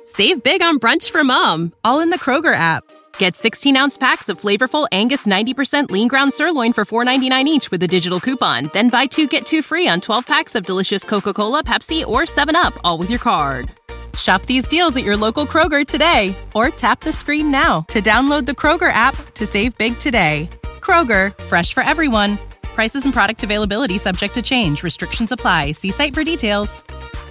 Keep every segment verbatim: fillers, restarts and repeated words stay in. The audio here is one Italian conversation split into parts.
Save big on brunch for mom, all in the Kroger app. Get sixteen-ounce packs of flavorful Angus ninety percent lean ground sirloin for four ninety-nine each with a digital coupon. Then buy two, get two free on twelve packs of delicious Coca-Cola, Pepsi, or seven up, all with your card. Shop these deals at your local Kroger today, or tap the screen now to download the Kroger app to save big today. Kroger, fresh for everyone. Prices and product availability subject to change. Restrictions apply. See site for details.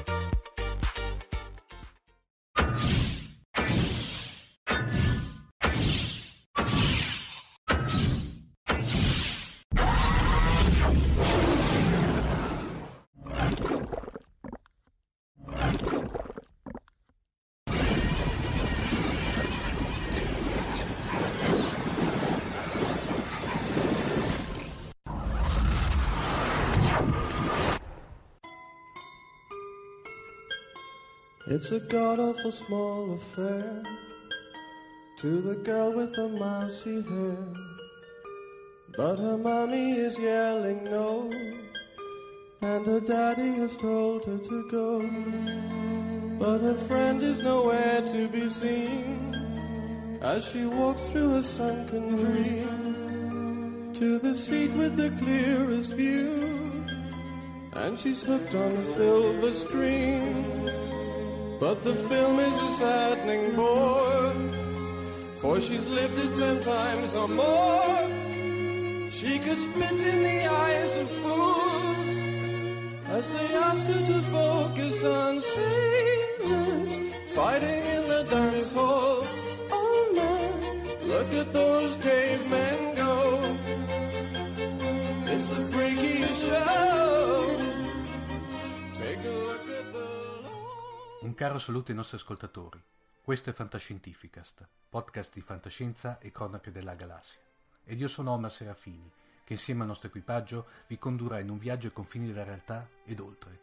It's a god-awful small affair to the girl with the mousy hair, but her mommy is yelling no, and her daddy has told her to go, but her friend is nowhere to be seen as she walks through a sunken dream to the seat with the clearest view, and she's hooked on a silver screen. But the film is a saddening bore, for she's lived it ten times or more. She could spit in the eyes of fools as they ask her to focus on sailors fighting in the dance hall. Oh man, look at those cavemen go. It's the freakiest show. Take a look at the... Un caro saluto ai nostri ascoltatori. Questo è Fantascientificast, podcast di fantascienza e cronache della galassia. Ed io sono Omar Serafini, che insieme al nostro equipaggio vi condurrà in un viaggio ai confini della realtà ed oltre.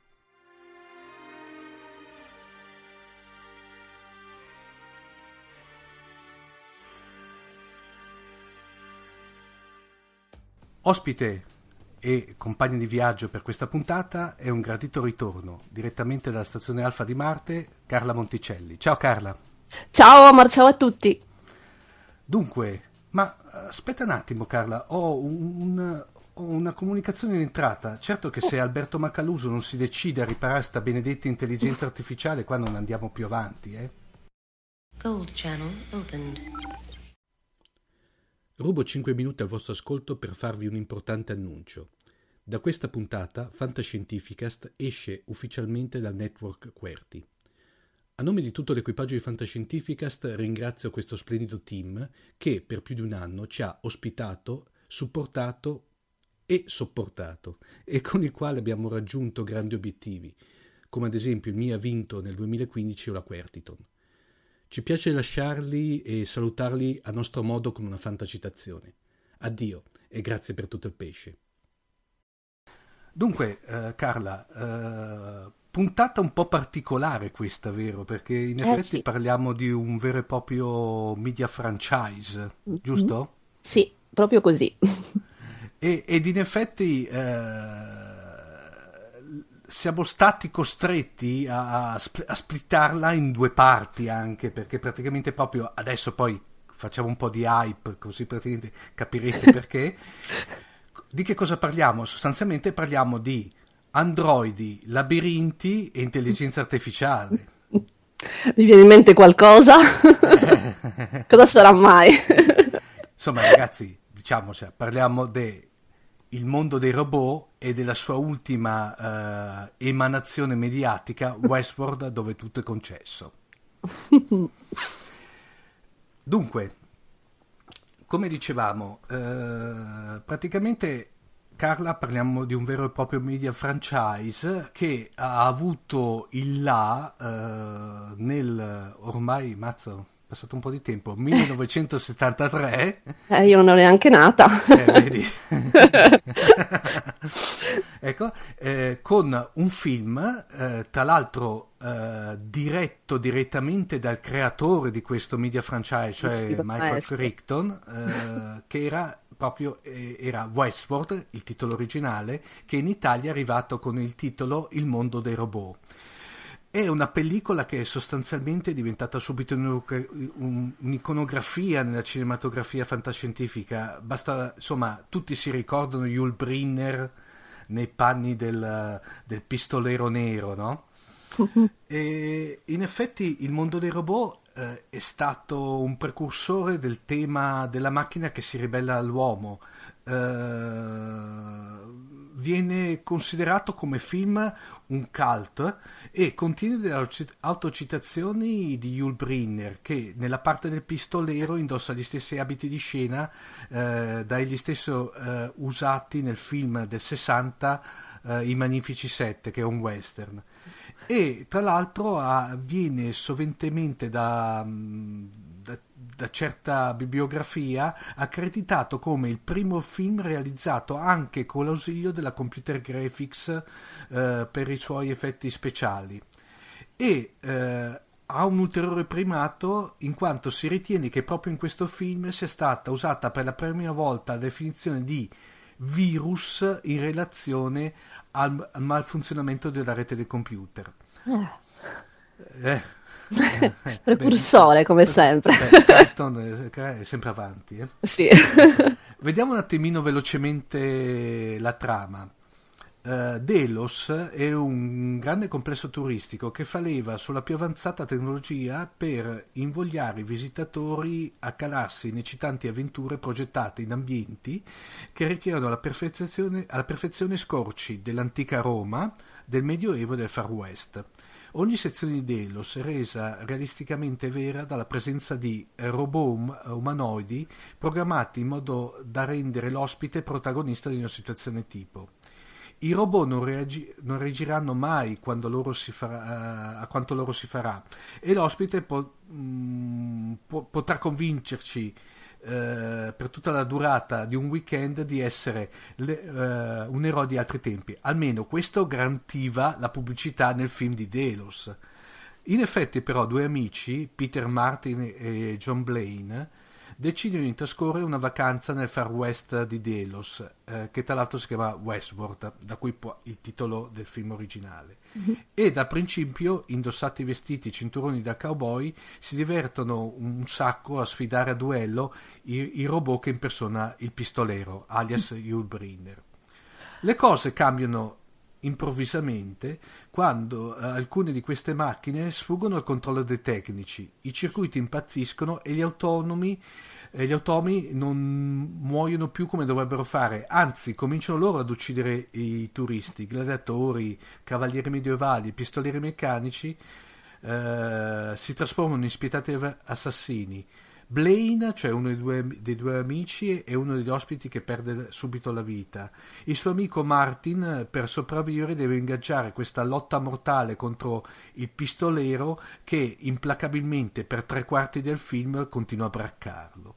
Ospite e compagno di viaggio per questa puntata è un gradito ritorno direttamente dalla stazione Alfa di Marte, Carla Monticelli. Ciao Carla. Ciao Omar, ciao a tutti. Dunque, ma aspetta un attimo Carla, ho, un, ho una comunicazione in entrata. Certo che se Alberto Macaluso non si decide a riparare sta benedetta intelligenza artificiale, qua non andiamo più avanti, eh? Gold channel opened. Rubo cinque minuti al vostro ascolto per farvi un importante annuncio. Da questa puntata Fantascientificast esce ufficialmente dal network QWERTY. A nome di tutto l'equipaggio di Fantascientificast ringrazio questo splendido team che per più di un anno ci ha ospitato, supportato e sopportato e con il quale abbiamo raggiunto grandi obiettivi, come ad esempio il M I ha vinto nel duemilaquindici o la QWERTYTON. Ci piace lasciarli e salutarli a nostro modo con una fantacitazione. Addio e grazie per tutto il pesce. Dunque, eh, Carla, eh, puntata un po' particolare questa, vero? Perché in eh, effetti sì. parliamo di un vero e proprio media franchise, giusto? Mm-hmm. Sì, proprio così. E, ed in effetti... Eh, siamo stati costretti a, a, spl- a splittarla in due parti anche, perché praticamente proprio adesso poi facciamo un po' di hype, così praticamente capirete perché. Di che cosa parliamo? Sostanzialmente parliamo di androidi, labirinti e intelligenza artificiale. Mi viene in mente qualcosa? Cosa sarà mai? Insomma ragazzi, diciamo, cioè, parliamo de il mondo dei robot e della sua ultima uh, emanazione mediatica, Westworld, dove tutto è concesso. Dunque, come dicevamo, uh, praticamente, Carla, parliamo di un vero e proprio media franchise che ha avuto il là uh, nel, ormai, mazzo, è passato un po' di tempo, millenovecentosettantatré. Eh, io non ero neanche nata. Eh, vedi? Ecco, eh, con un film, eh, tra l'altro eh, diretto direttamente dal creatore di questo media franchise, cioè Michael Michael Crichton, eh, che era proprio eh, era Westworld, il titolo originale, che in Italia è arrivato con il titolo Il mondo dei robot. è una pellicola che sostanzialmente è diventata subito un, un'iconografia nella cinematografia fantascientifica. Basta, insomma, tutti si ricordano Yul Brynner nei panni del, del pistolero nero, no? E in effetti il mondo dei robot eh, è stato un precursore del tema della macchina che si ribella all'uomo. Eh, viene considerato come film un cult e contiene delle autocitazioni di Yul Brynner, che nella parte del pistolero indossa gli stessi abiti di scena eh, dagli stessi eh, usati nel film del sessanta eh, I Magnifici Sette, che è un western. E tra l'altro ah, viene soventemente da, da, da certa bibliografia accreditato come il primo film realizzato anche con l'ausilio della computer graphics eh, per i suoi effetti speciali. E eh, ha un ulteriore primato in quanto si ritiene che proprio in questo film sia stata usata per la prima volta la definizione di virus in relazione al, al malfunzionamento della rete del computer. Eh, eh, Precursore, beh, come sempre. Beh, Crichton è sempre avanti. Eh. Sì. Vediamo un attimino velocemente la trama. Uh, Delos è un grande complesso turistico che fa leva sulla più avanzata tecnologia per invogliare i visitatori a calarsi in eccitanti avventure progettate in ambienti che richiedono alla perfezione, alla perfezione scorci dell'antica Roma, del Medioevo e del Far West. Ogni sezione di Delos è resa realisticamente vera dalla presenza di robot umanoidi programmati in modo da rendere l'ospite protagonista di una situazione tipo. I robot non, reagi- non reagiranno mai quando loro si farà, uh, a quanto loro si farà, e l'ospite po- mh, po- potrà convincerci uh, per tutta la durata di un weekend di essere le, uh, un eroe di altri tempi. Almeno questo garantiva la pubblicità nel film di Delos. In effetti però due amici, Peter Martin e John Blaine, decidono di trascorrere una vacanza nel Far West di Delos, eh, che tra l'altro si chiama Westworld, da cui poi il titolo del film originale. Mm-hmm. E da principio, indossati vestiti cinturoni da cowboy, si divertono un sacco a sfidare a duello i, i robot che impersona il pistolero, alias Yul Brynner. Le cose cambiano improvvisamente quando eh, alcune di queste macchine sfuggono al controllo dei tecnici, i circuiti impazziscono e gli autonomi e gli automi non muoiono più come dovrebbero fare, anzi cominciano loro ad uccidere i turisti, gladiatori, cavalieri medievali, pistolieri meccanici eh, si trasformano in spietati assassini. Blaine, cioè uno dei due, dei due amici, è uno degli ospiti che perde subito la vita. Il suo amico Martin, per sopravvivere, deve ingaggiare questa lotta mortale contro il pistolero che implacabilmente per tre quarti del film continua a braccarlo.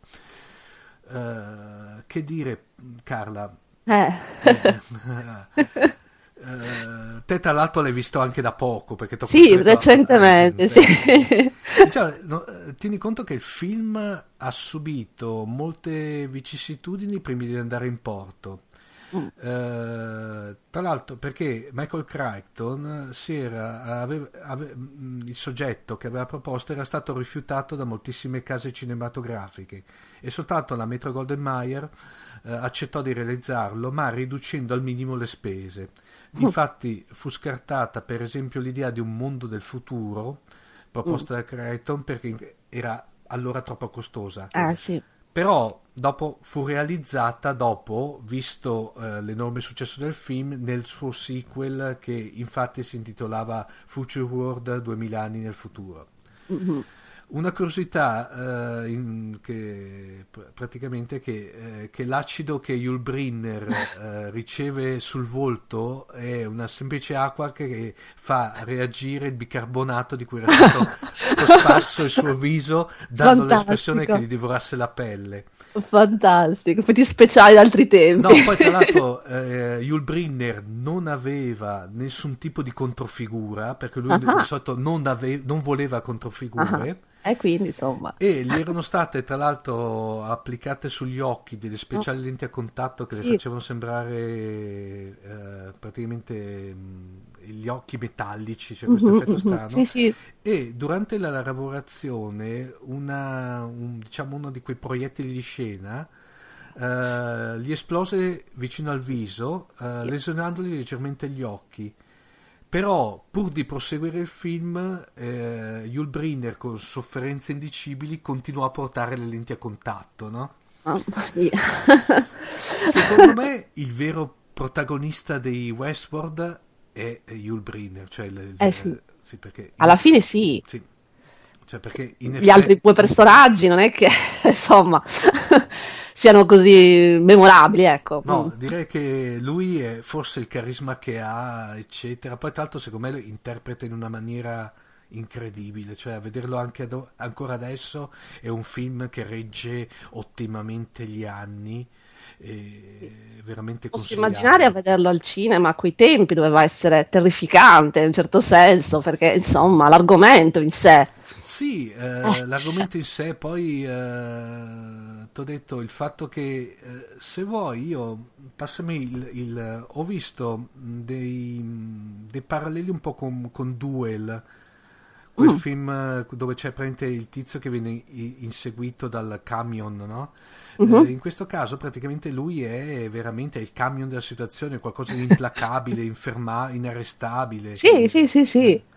Uh, che dire, Carla? Eh. Uh, te tra l'altro l'hai visto anche da poco, perché sì, recentemente, a... sì. Cioè, no, tieni conto che il film ha subito molte vicissitudini prima di andare in porto. Mm. Uh, tra l'altro perché Michael Crichton si era, aveva, aveva, il soggetto che aveva proposto era stato rifiutato da moltissime case cinematografiche e soltanto la Metro Goldwyn Mayer uh, accettò di realizzarlo, ma riducendo al minimo le spese. Infatti fu scartata per esempio l'idea di un mondo del futuro proposta mm. da Crichton perché era allora troppo costosa. Ah, sì. Però dopo fu realizzata dopo, visto eh, l'enorme successo del film, nel suo sequel che infatti si intitolava Future World duemila anni nel futuro. Mm-hmm. Una curiosità eh, in, che pr- praticamente che, eh, che l'acido che Yul Brynner eh, riceve sul volto è una semplice acqua che fa reagire il bicarbonato di cui era stato cosparso il suo viso, dando Fantastico. L'espressione che gli divorasse la pelle. Fantastico, effetti speciali d'altri tempi. No, poi tra l'altro eh, Yul Brynner non aveva nessun tipo di controfigura, perché lui uh-huh. di solito non, ave- non voleva controfigure. Uh-huh. E quindi, insomma... E gli erano state tra l'altro applicate sugli occhi delle speciali lenti a contatto che Sì. le facevano sembrare eh, praticamente mh, gli occhi metallici, cioè questo Mhm, effetto mhm. strano. Sì, sì. E durante la lavorazione una, un, diciamo uno di quei proiettili di scena eh, gli esplose vicino al viso, eh, lesionandogli leggermente gli occhi. Però, pur di proseguire il film, eh, Yul Brynner, con sofferenze indicibili, continuò a portare le lenti a contatto, no? Mamma mia. Secondo me, il vero protagonista dei Westworld è Yul Brynner, cioè il, il- Eh sì. sì, perché Alla in- fine sì. sì, cioè perché in Gli altri effetti due personaggi non è che, insomma, siano così memorabili, ecco. Mm. no, direi che lui è forse il carisma che ha, eccetera. Poi, tra l'altro, secondo me lo interpreta in una maniera incredibile. Cioè, a vederlo anche ad- ancora adesso è un film che regge ottimamente gli anni. È veramente Posso consigliabile. immaginare a vederlo al cinema a quei tempi doveva essere terrificante in un certo senso, perché insomma l'argomento in sé. Sì, eh, l'argomento in sé, poi eh, t'ho detto il fatto che eh, se vuoi io passami il, il- ho visto mh, dei, mh, dei paralleli un po' con, con Duel, quel Mm. film eh, dove c'è praticamente il tizio che viene i- inseguito dal camion, no? Mhm. Eh, in questo caso praticamente lui è veramente il camion della situazione, qualcosa di implacabile, inferma- inarrestabile. Sì, che- sì, sì, sì. eh,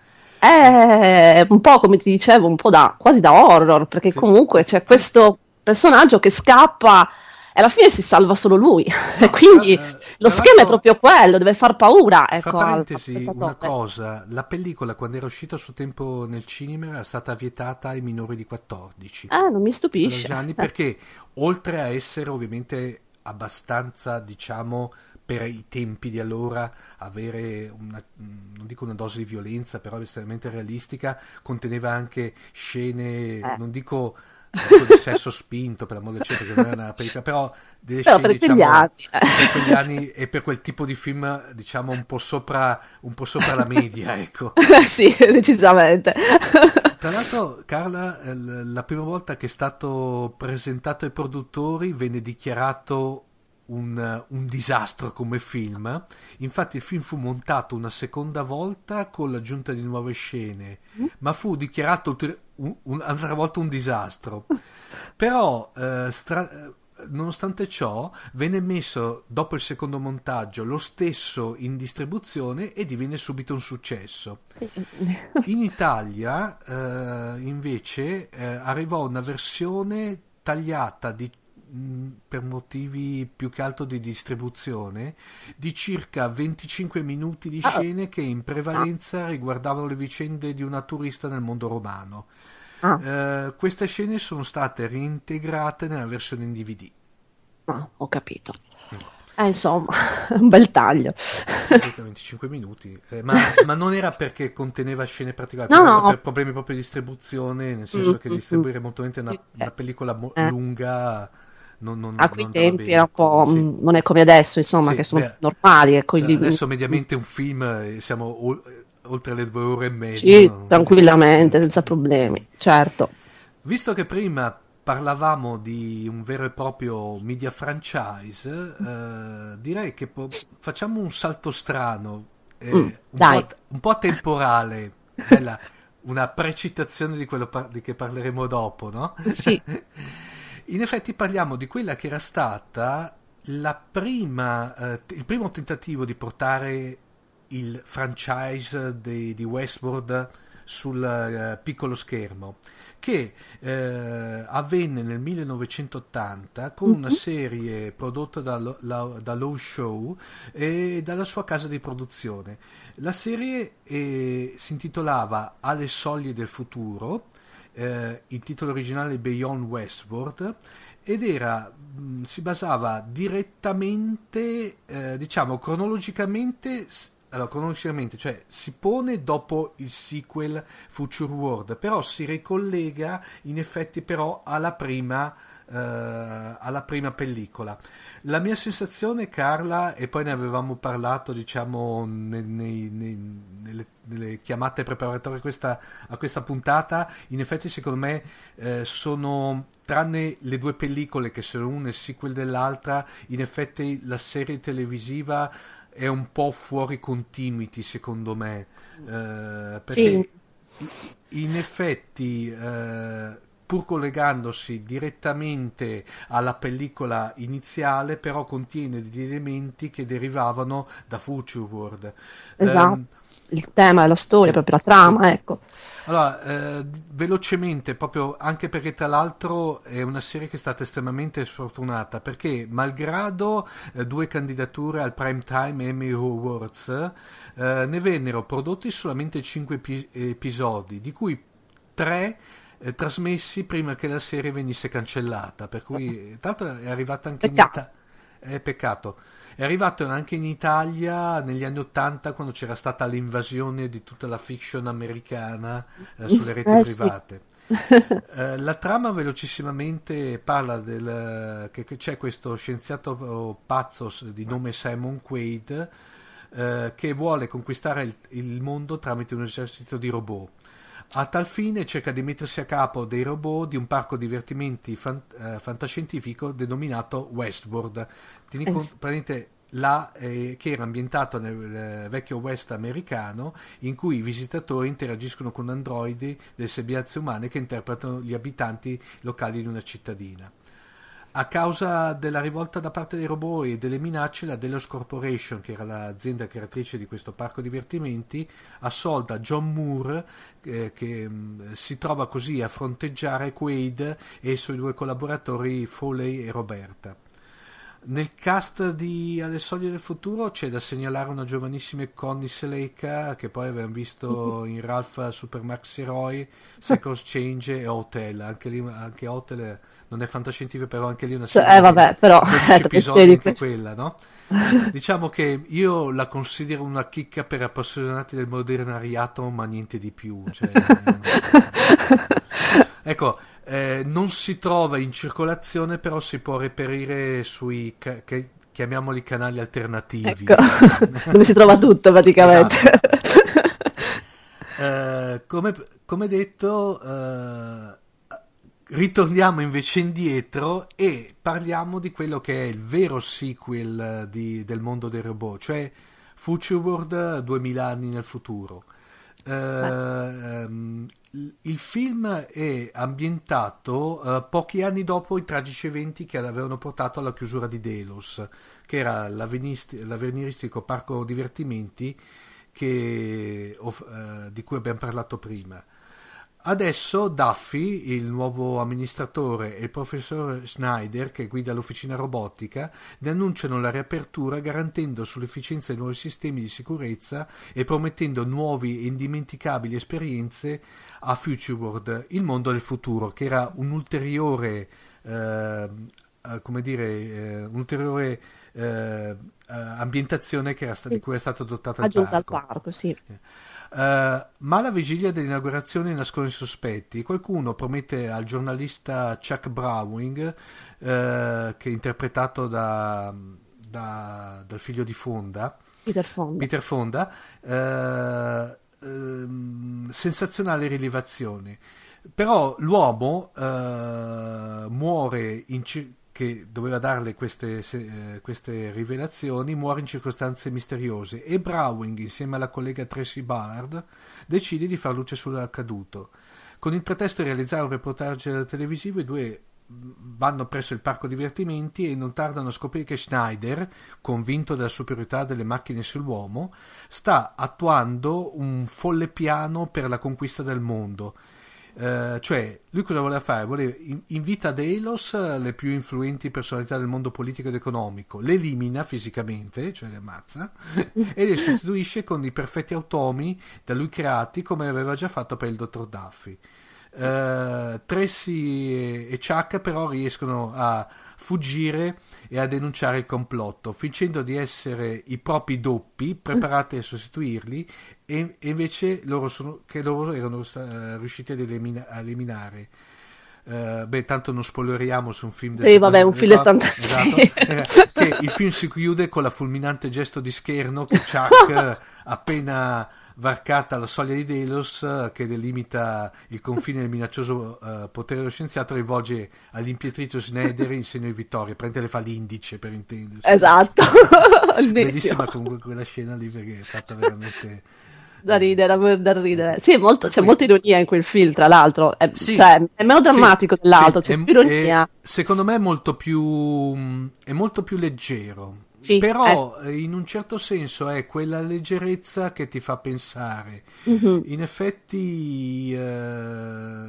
È un po' come ti dicevo, un po' da quasi da horror, perché sì. comunque c'è questo personaggio che scappa e alla fine si salva solo lui. E No, quindi tra, eh, lo tra schema è l'altro, proprio quello, deve far paura, fra ecco, al al parentesi, una spettatore. cosa, la pellicola quando era uscita a suo tempo nel cinema era stata vietata ai minori di quattordici Eh, non mi quattordici stupisce. anni perché oltre a essere ovviamente abbastanza, diciamo, per i tempi di allora, avere una, non dico una dose di violenza, però estremamente realistica, conteneva anche scene, Eh. non dico, non dico di sesso spinto, per l'amore del cielo, perché non era una pellicola, però delle Però scene, per quegli diciamo, anni. per quegli anni e per quel tipo di film, diciamo, un po' sopra, un po' sopra la media, ecco. Sì, decisamente. Tra l'altro, Carla, eh, l- la prima volta che è stato presentato ai produttori venne dichiarato un, eh, un disastro come film. Infatti il film fu montato una seconda volta con l'aggiunta di nuove scene, ma fu dichiarato ulteri- un- un- un'altra volta un disastro. Però, eh, stra- eh, nonostante ciò, venne messo dopo il secondo montaggio lo stesso in distribuzione e divenne subito un successo. In Italia, eh, invece, eh, arrivò una versione tagliata di, mh, per motivi più che altro di distribuzione, di circa venticinque minuti di Ah, scene che in ah, prevalenza riguardavano le vicende di una turista nel mondo romano. ah, Eh, queste scene sono state reintegrate nella versione in D V D. ah, ho capito. Eh, insomma, un bel taglio. Ripeto, venticinque minuti, eh, ma, ma non era perché conteneva scene particolari, No, però era no. per problemi proprio di distribuzione, nel Mm, senso che mm, mm. distribuire molto volentieri una, Sì, una eh, pellicola mo- eh. lunga non, non, A non quei andava tempi era bene. un po', Sì, mm, non è come adesso, insomma, sì, che sono beh, normali, ecco, cioè, quindi, adesso mm, mediamente un film eh, siamo ol- oltre le due ore e mezza, sì, no? tranquillamente, senza problemi, certo. Visto che prima parlavamo di un vero e proprio media franchise, eh, direi che po- facciamo un salto strano, eh, Mm, un po', dai. a- un po' atemporale, bella, una precitazione di quello par- di che parleremo dopo, no? Sì. In effetti parliamo di quella che era stata la prima, eh, t- il primo tentativo di portare il franchise di, di Westworld sul eh, piccolo schermo, che eh, avvenne nel millenovecentottanta con una Mhm. serie prodotta da, Lo- la- da Low Show e dalla sua casa di produzione. La serie eh, si intitolava Alle soglie del futuro, eh, il titolo originale è Beyond Westworld, ed era mh, si basava direttamente, eh, diciamo cronologicamente, s- allora, cronologicamente, cioè si pone dopo il sequel Future World, però si ricollega in effetti però alla prima, eh, alla prima pellicola. La mia sensazione, Carla, e poi ne avevamo parlato, diciamo, nei, nei, nei, nelle, nelle chiamate preparatorie a questa, a questa puntata, in effetti secondo me eh, sono, tranne le due pellicole che sono una il sequel dell'altra, in effetti la serie televisiva è un po' fuori continuity secondo me, eh, perché Sì. in effetti eh, pur collegandosi direttamente alla pellicola iniziale, però contiene degli elementi che derivavano da Future World. Esatto, Ehm, il tema e la storia, sì, proprio la trama, sì. ecco. Allora, eh, velocemente, proprio anche perché tra l'altro è una serie che è stata estremamente sfortunata, perché malgrado eh, due candidature al Primetime Emmy Awards, eh, ne vennero prodotti solamente cinque epi- episodi, di cui tre eh, trasmessi prima che la serie venisse cancellata, per cui tra l'altro è arrivata anche in Peccato. Italia. È peccato. È arrivato anche in Italia negli anni Ottanta, quando c'era stata l'invasione di tutta la fiction americana eh, sulle reti Eh, sì. private. Eh, la trama velocissimamente parla del che, che c'è questo scienziato pazzo s- di nome Simon Quaid, eh, che vuole conquistare il, il mondo tramite un esercito di robot. A tal fine cerca di mettersi a capo dei robot di un parco divertimenti fan- eh, fantascientifico denominato Westworld. Tieni Eh, conto, praticamente là, eh, che era ambientato nel eh, vecchio West americano, in cui i visitatori interagiscono con androidi delle sembianze umane che interpretano gli abitanti locali di una cittadina. A causa della rivolta da parte dei robot e delle minacce, la Delos Corporation, che era l'azienda creatrice di questo parco divertimenti, assolda John Moore, eh, che mh, si trova così a fronteggiare Quaid e i suoi due collaboratori Foley e Roberta. Nel cast di Alle soglie del futuro c'è da segnalare una giovanissima Connie Sellecca, che poi abbiamo visto in Ralph Super Max Heroi, Seconds Change e Hotel. Anche lì, anche Hotel non è fantascientifico, però anche lì è una Cioè, serie eh, vabbè, però, di dodici eh, dopo episodi, serie di anche questo. quella, no? Diciamo che io la considero una chicca per appassionati del modernariato, ma niente di più. Cioè, ecco, eh, non si trova in circolazione, però si può reperire sui, ca- che, chiamiamoli canali alternativi. Ecco, dove si trova tutto praticamente. Esatto. Eh, come, come detto, eh, ritorniamo invece indietro e parliamo di quello che è il vero sequel di, del mondo dei robot, cioè Future World duemila anni nel futuro. Eh, ehm, il film è ambientato eh, pochi anni dopo i tragici eventi che avevano portato alla chiusura di Delos, che era l'avvenisti- l'avveniristico parco divertimenti che, of- eh, di cui abbiamo parlato prima. Adesso Duffy, il nuovo amministratore, e il professor Schneider, che guida l'officina robotica, ne annunciano la riapertura garantendo sull'efficienza dei nuovi sistemi di sicurezza e promettendo nuovi e indimenticabili esperienze a Future World, il mondo del futuro, che era un ulteriore, eh, eh, come dire, eh, un'ulteriore eh, ambientazione che era sta- di cui è stato dotato il Aggiunta al parco. parco, sì. Uh, ma alla vigilia dell'inaugurazione nascono i sospetti. Qualcuno promette al giornalista Chuck Browning, uh, che è interpretato da, da, dal figlio di Fonda, Peter Fonda. Peter Fonda, uh, um, sensazionali rilevazioni. Però l'uomo uh, muore in circa che doveva darle queste, eh, queste rivelazioni, muore in circostanze misteriose e Browning, insieme alla collega Tracy Ballard, decide di far luce sull'accaduto. Con il pretesto di realizzare un reportage televisivo, i due vanno presso il parco divertimenti e non tardano a scoprire che Schneider, convinto della superiorità delle macchine sull'uomo, sta attuando un folle piano per la conquista del mondo. Uh, cioè, lui cosa voleva fare? Voleva, in, invita a Delos le più influenti personalità del mondo politico ed economico, le elimina fisicamente, cioè le ammazza, e le sostituisce con i perfetti automi da lui creati, come aveva già fatto per il dottor Duffy. Uh, Tracy e, e Chuck però riescono a fuggire e a denunciare il complotto, fingendo di essere i propri doppi preparati a sostituirli, e, e invece loro sono, che loro erano uh, riusciti ad elimina, a eliminare. Uh, beh, tanto non spoileriamo su un film del sì, vabbè, un film standard. Esatto. eh, che il film si chiude con la fulminante gesto di scherno che Chuck, appena varcata la soglia di Delos, che delimita il confine del minaccioso uh, potere dello scienziato, rivolge all'impietrito Schneider in segno di vittoria, prende le fa l'indice, per intendersi. Esatto. Bellissima comunque quella scena lì, perché è fatta veramente da ridere, da, da ridere. Sì, molto, c'è molta ironia in quel film, tra l'altro. È, sì, cioè, è meno drammatico sì, dell'altro, sì, c'è è, più ironia. È, secondo me è molto più è molto più leggero. Sì, però eh. in un certo senso è quella leggerezza che ti fa pensare. Mm-hmm. In effetti eh,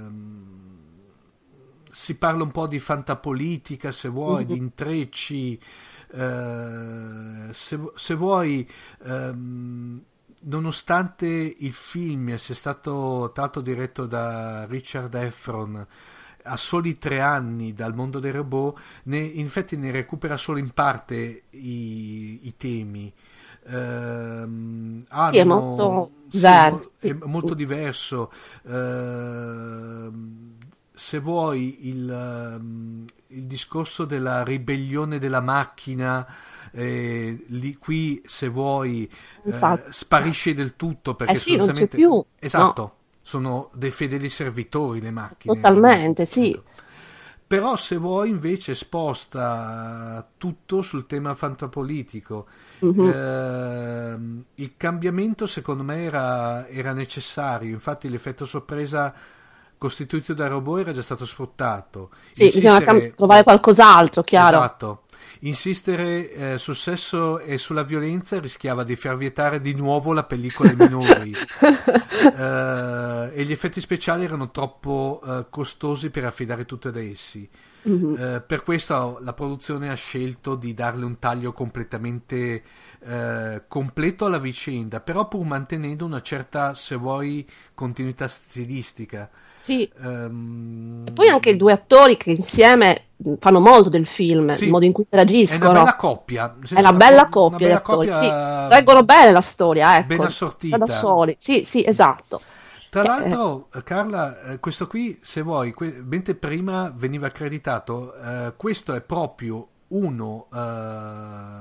si parla un po' di fantapolitica, se vuoi, mm-hmm. di intrecci, eh, se, se vuoi, ehm, nonostante il film sia stato tanto diretto da Richard Efron a soli tre anni dal mondo dei robot, ne, in effetti ne recupera solo in parte i, i temi. Ehm, hanno, sì, è molto sì, diverso. È molto diverso. Ehm, se vuoi il, il discorso della ribellione della macchina, eh, lì, qui se vuoi eh, sparisce del tutto, perché eh sì, non c'è solitamente più. esatto. No. Sono dei fedeli servitori le macchine. Totalmente, sì. Però se vuoi invece sposta tutto sul tema fantapolitico. Mm-hmm. Eh, il cambiamento secondo me era, era necessario, infatti l'effetto sorpresa costituito da robot era già stato sfruttato. Sì, Insistere... bisogna cam- trovare qualcos'altro, chiaro. Esatto. Insistere eh, sul sesso e sulla violenza rischiava di far vietare di nuovo la pellicola ai minori. eh, e gli effetti speciali erano troppo eh, costosi per affidare tutto ad essi. Mm-hmm. Eh, per questo la produzione ha scelto di darle un taglio completamente eh, completo alla vicenda, però pur mantenendo una certa, se vuoi, continuità stilistica. Sì. Um... E poi anche i due attori che insieme fanno molto del film, sì, il modo in cui interagiscono. È una bella coppia. È una bella coppia di attori, coppia... sì. Reggono bene la storia, ecco. Ben assortita. Da soli. Sì, sì, esatto. Tra che... l'altro, Carla, questo qui, se vuoi, que... mentre prima veniva accreditato, eh, questo è proprio uno... Eh,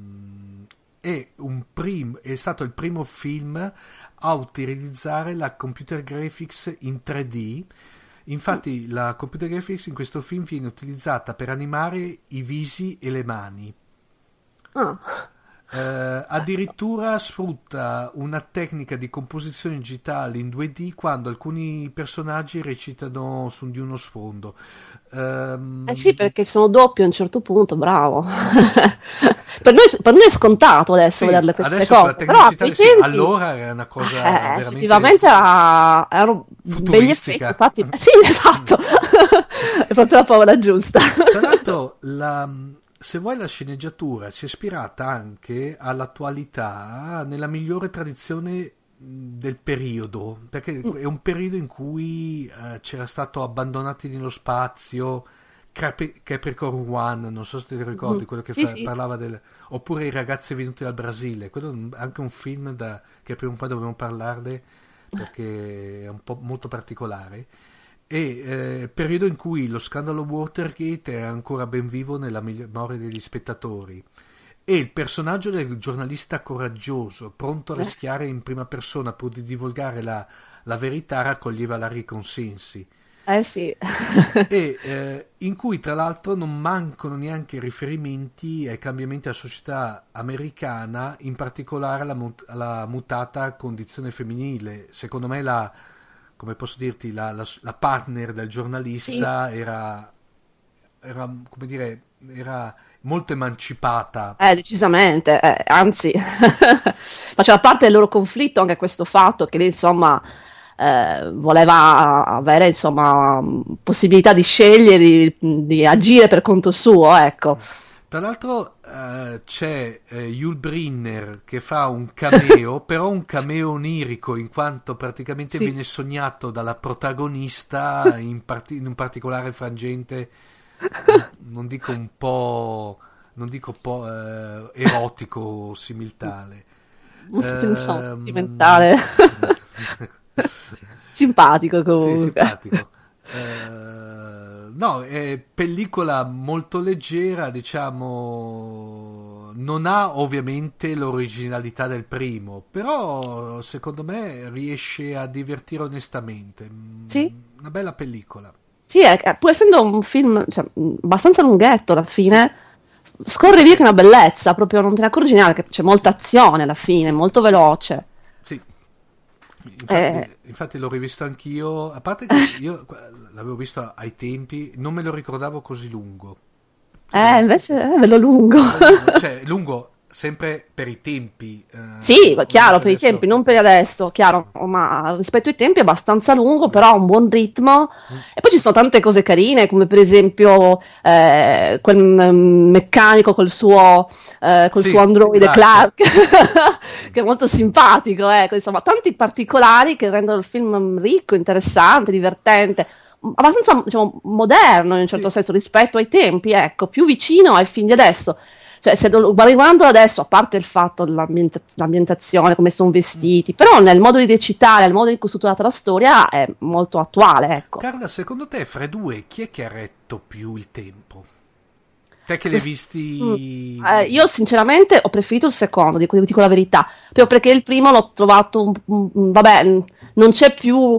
è, un prim... è stato il primo film a utilizzare la computer graphics in tre D. Infatti mm. la computer graphics in questo film viene utilizzata per animare i visi e le mani. Ah. Eh, addirittura sfrutta una tecnica di composizione digitale in due D quando alcuni personaggi recitano su di uno sfondo. Um... Eh sì, perché sono doppi a un certo punto, bravo. per, noi, per noi è scontato adesso sì, vederle queste adesso cose. La tecnicità sì, tempi... allora era una cosa eh, veramente effettivamente era, erano begli effetti, infatti. Eh, sì, esatto. È proprio la parola giusta. Tra l'altro la se vuoi la sceneggiatura si è ispirata anche all'attualità nella migliore tradizione del periodo, perché mm. è un periodo in cui uh, c'era stato Abbandonati nello spazio, Cap- Capricorn One, non so se ti ricordi, mm. quello che sì, fa- sì. parlava del... oppure I ragazzi venuti dal Brasile, quello è anche un film da... che prima o poi dovremmo parlarne perché è un po' molto particolare. E eh, periodo in cui lo scandalo Watergate è ancora ben vivo nella memoria degli spettatori, e il personaggio del giornalista coraggioso pronto a rischiare in prima persona pur di divulgare la, la verità raccoglieva larghi consensi. Eh sì. e eh, in cui tra l'altro non mancano neanche riferimenti ai cambiamenti della società americana, in particolare alla, mut- alla mutata condizione femminile. Secondo me la come posso dirti, la, la, la partner del giornalista sì. era, era, come dire, era molto emancipata. Eh, decisamente, eh, anzi, faceva parte del loro conflitto anche questo fatto che lei, insomma, eh, voleva avere, insomma, possibilità di scegliere, di, di agire per conto suo, ecco. Tra l'altro, uh, c'è uh, Yul Brynner che fa un cameo, però un cameo onirico, in quanto praticamente sì. viene sognato dalla protagonista in, part- in un particolare frangente, non dico un po', non dico un po' uh, erotico o similtale. Un senso um, sentimentale. Simpatico comunque. Sì, simpatico. Uh, no, è pellicola molto leggera, diciamo, non ha ovviamente l'originalità del primo, però secondo me riesce a divertire onestamente. Sì. Una bella pellicola. Sì, è, pur essendo un film, cioè, abbastanza lunghetto alla fine, scorre via che una bellezza, proprio non te ne accorgi neanche, c'è molta azione alla fine, molto veloce. Sì. Infatti, eh. infatti l'ho rivisto anch'io, a parte che io l'avevo visto ai tempi, non me lo ricordavo così lungo. Eh, invece è bello lungo. Cioè, lungo sempre per i tempi. Eh, sì, chiaro, per adesso... i tempi, non per adesso, chiaro, ma rispetto ai tempi è abbastanza lungo, però ha un buon ritmo. Mm. E poi ci sono tante cose carine, come per esempio eh, quel meccanico col suo, eh, col sì, suo androide esatto. Clark, che è molto simpatico, ecco, insomma, tanti particolari che rendono il film ricco, interessante, divertente, abbastanza, diciamo, moderno in un certo sì. senso rispetto ai tempi, ecco, più vicino ai film di adesso. Cioè, se lo guardando adesso, a parte il fatto dell'ambienta- l'ambientazione, come sono vestiti, però nel modo di recitare, nel modo in cui è strutturata la storia, è molto attuale, ecco. Carla, secondo te, fra i due, chi è che ha retto più il tempo? Te che li hai visti... Mm, eh, io sinceramente ho preferito il secondo, dico, dico la verità, proprio perché il primo l'ho trovato, un, un, un, vabbè, non c'è più...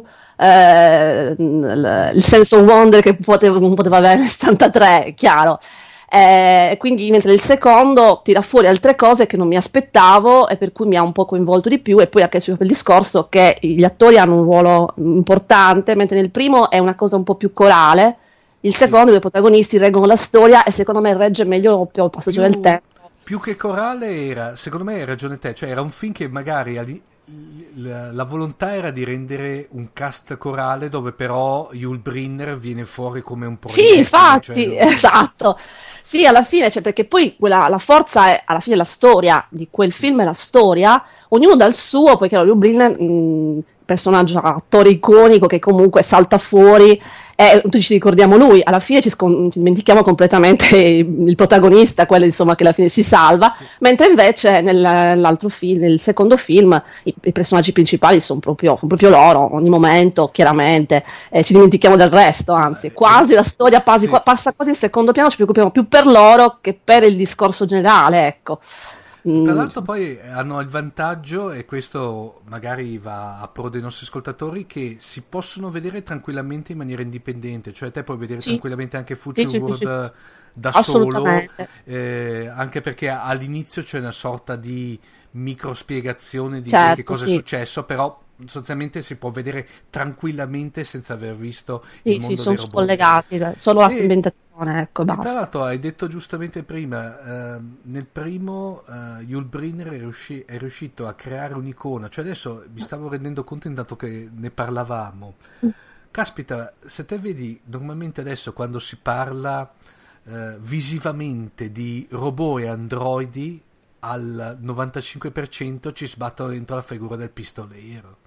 Eh, il, il sense of wonder che poteva, poteva avere nel settantatré, chiaro. Eh, quindi mentre il secondo tira fuori altre cose che non mi aspettavo e per cui mi ha un po' coinvolto di più, e poi anche il discorso che gli attori hanno un ruolo importante, mentre nel primo è una cosa un po' più corale, il secondo sì. i protagonisti reggono la storia e secondo me regge meglio il passaggio più, del tempo. Più che corale era, secondo me hai ragione te, cioè era un film che magari ali- la, la volontà era di rendere un cast corale dove però Yul Brynner viene fuori come un progetto. Sì, infatti, cioè, esatto. Sì, alla fine, cioè, perché poi quella, la forza è alla fine la storia di quel film, è la storia, ognuno dal suo, poiché Yul Brynner, mh, personaggio, attore iconico che comunque salta fuori, e tutti ci ricordiamo lui, alla fine ci, scon- ci dimentichiamo completamente il protagonista, quello insomma che alla fine si salva, sì. mentre invece nel, nell'altro film, nel secondo film, i, i personaggi principali sono proprio, sono proprio loro, ogni momento, chiaramente, eh, ci dimentichiamo del resto, anzi, quasi la storia passa, sì. passa quasi in secondo piano, ci preoccupiamo più per loro che per il discorso generale, ecco. Tra l'altro poi hanno il vantaggio, e questo magari va a pro dei nostri ascoltatori, che si possono vedere tranquillamente in maniera indipendente, cioè te puoi vedere sì. tranquillamente anche Future sì, World sì, sì. da solo, eh, anche perché all'inizio c'è una sorta di micro spiegazione di certo, che cosa sì. è successo, però sostanzialmente si può vedere tranquillamente senza aver visto sì, il mondo sì, dei sono robot. Collegati, solo la ambientazione, ecco, e basta. tra l'altro hai detto giustamente prima, eh, nel primo eh, Yul Brynner è, riusci- è riuscito a creare un'icona, cioè adesso mi stavo rendendo conto intanto che ne parlavamo. Caspita, se te vedi normalmente adesso quando si parla eh, visivamente di robot e androidi, al novantacinque per cento ci sbattono dentro la figura del pistolero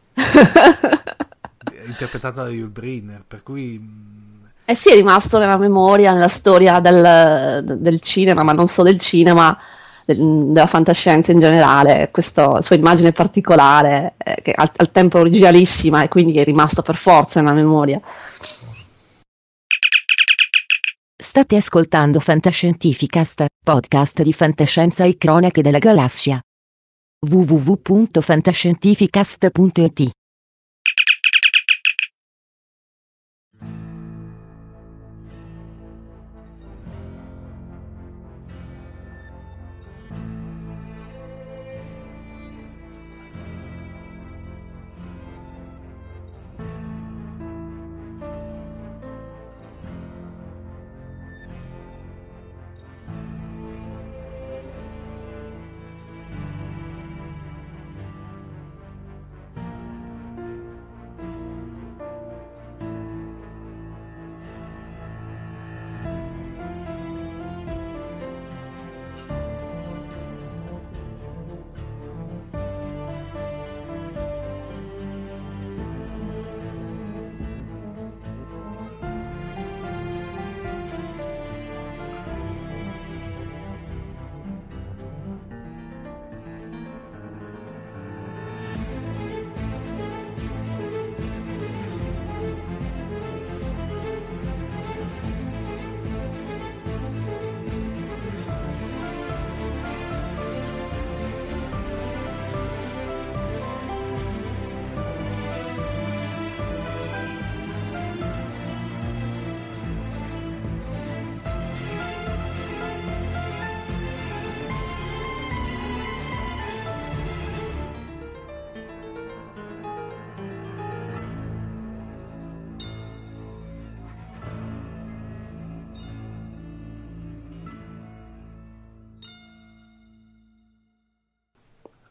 interpretato da Yul Brynner, per cui eh sì, è rimasto nella memoria, nella storia del, del cinema, ma non solo del cinema, del, della fantascienza in generale, questa sua immagine particolare eh, che al, al tempo originalissima e quindi è rimasto per forza nella memoria. State ascoltando Fantascientificast, podcast di fantascienza e cronache della galassia. w w w punto fantascientificast punto i t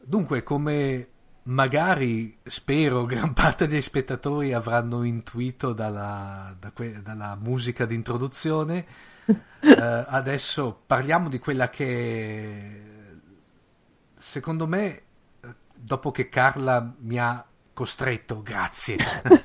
dunque, come magari, spero, gran parte dei spettatori avranno intuito dalla, da que- dalla musica di introduzione, eh, adesso parliamo di quella che, secondo me, dopo che Carla mi ha costretto, grazie,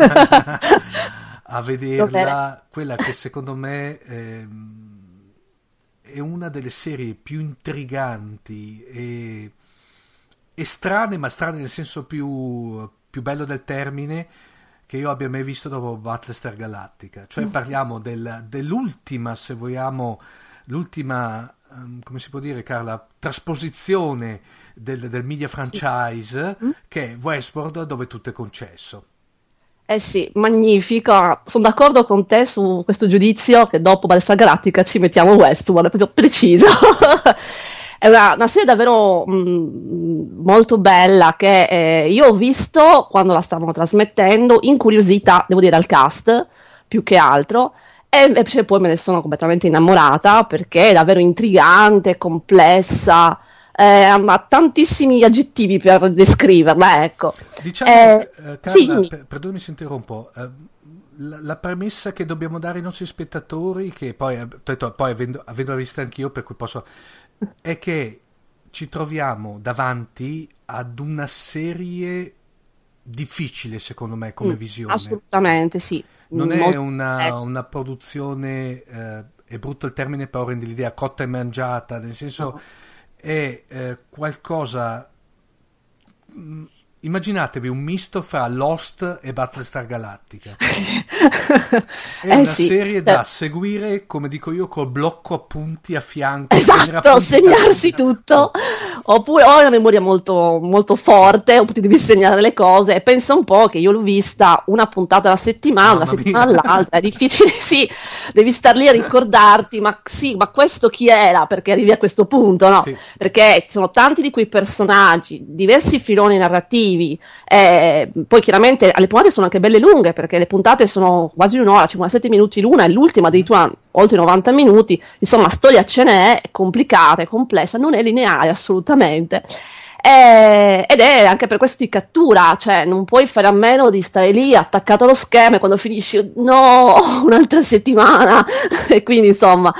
a vederla, quella che secondo me ehm, è una delle serie più intriganti e, e strane, ma strane nel senso più, più bello del termine, che io abbia mai visto dopo Battlestar Galactica. Cioè parliamo del, dell'ultima, se vogliamo, l'ultima, um, come si può dire, Carla, trasposizione del, del media franchise, sì. Che è Westworld, dove tutto è concesso. Eh sì, magnifica. Sono d'accordo con te su questo giudizio che dopo Battlestar Galactica ci mettiamo Westworld, è proprio preciso. È una, una serie davvero mh, molto bella che eh, io ho visto quando la stavano trasmettendo, incuriosita, devo dire, al cast, più che altro, e invece poi me ne sono completamente innamorata perché è davvero intrigante, complessa, eh, ha tantissimi aggettivi per descriverla, ecco. Diciamo, eh, eh, Carla, sì, per, perdonami se interrompo, eh, la, la premessa che dobbiamo dare ai nostri spettatori, che poi, eh, detto, poi avendo, avendo vista anch'io, per cui posso... è che ci troviamo davanti ad una serie difficile, secondo me, come mm, visione. Assolutamente, sì. Non Molto è una, una produzione, eh, è brutto il termine, però rende l'idea cotta e mangiata, nel senso no. È eh, qualcosa... Mh, immaginatevi un misto fra Lost e Battlestar Galactica. È eh una sì, serie da seguire, come dico io, col blocco appunti a fianco. Esatto, segnarsi tutto. Oppure ho una memoria molto, molto forte, oppure ti devi segnare le cose. E pensa un po' che io l'ho vista una puntata alla settimana, una settimana all'altra. È difficile, sì. Devi star lì a ricordarti, ma sì, ma questo chi era? Perché arrivi a questo punto, no? Sì. Perché ci sono tanti di quei personaggi, diversi filoni narrativi. Eh, poi chiaramente le puntate sono anche belle lunghe perché le puntate sono quasi un'ora, cinquantasette minuti l'una e l'ultima addirittura oltre novanta minuti, insomma storia ce n'è, è complicata, è complessa, non è lineare assolutamente, eh, ed è anche per questo ti cattura, cioè non puoi fare a meno di stare lì attaccato allo schermo e quando finisci no, un'altra settimana e quindi insomma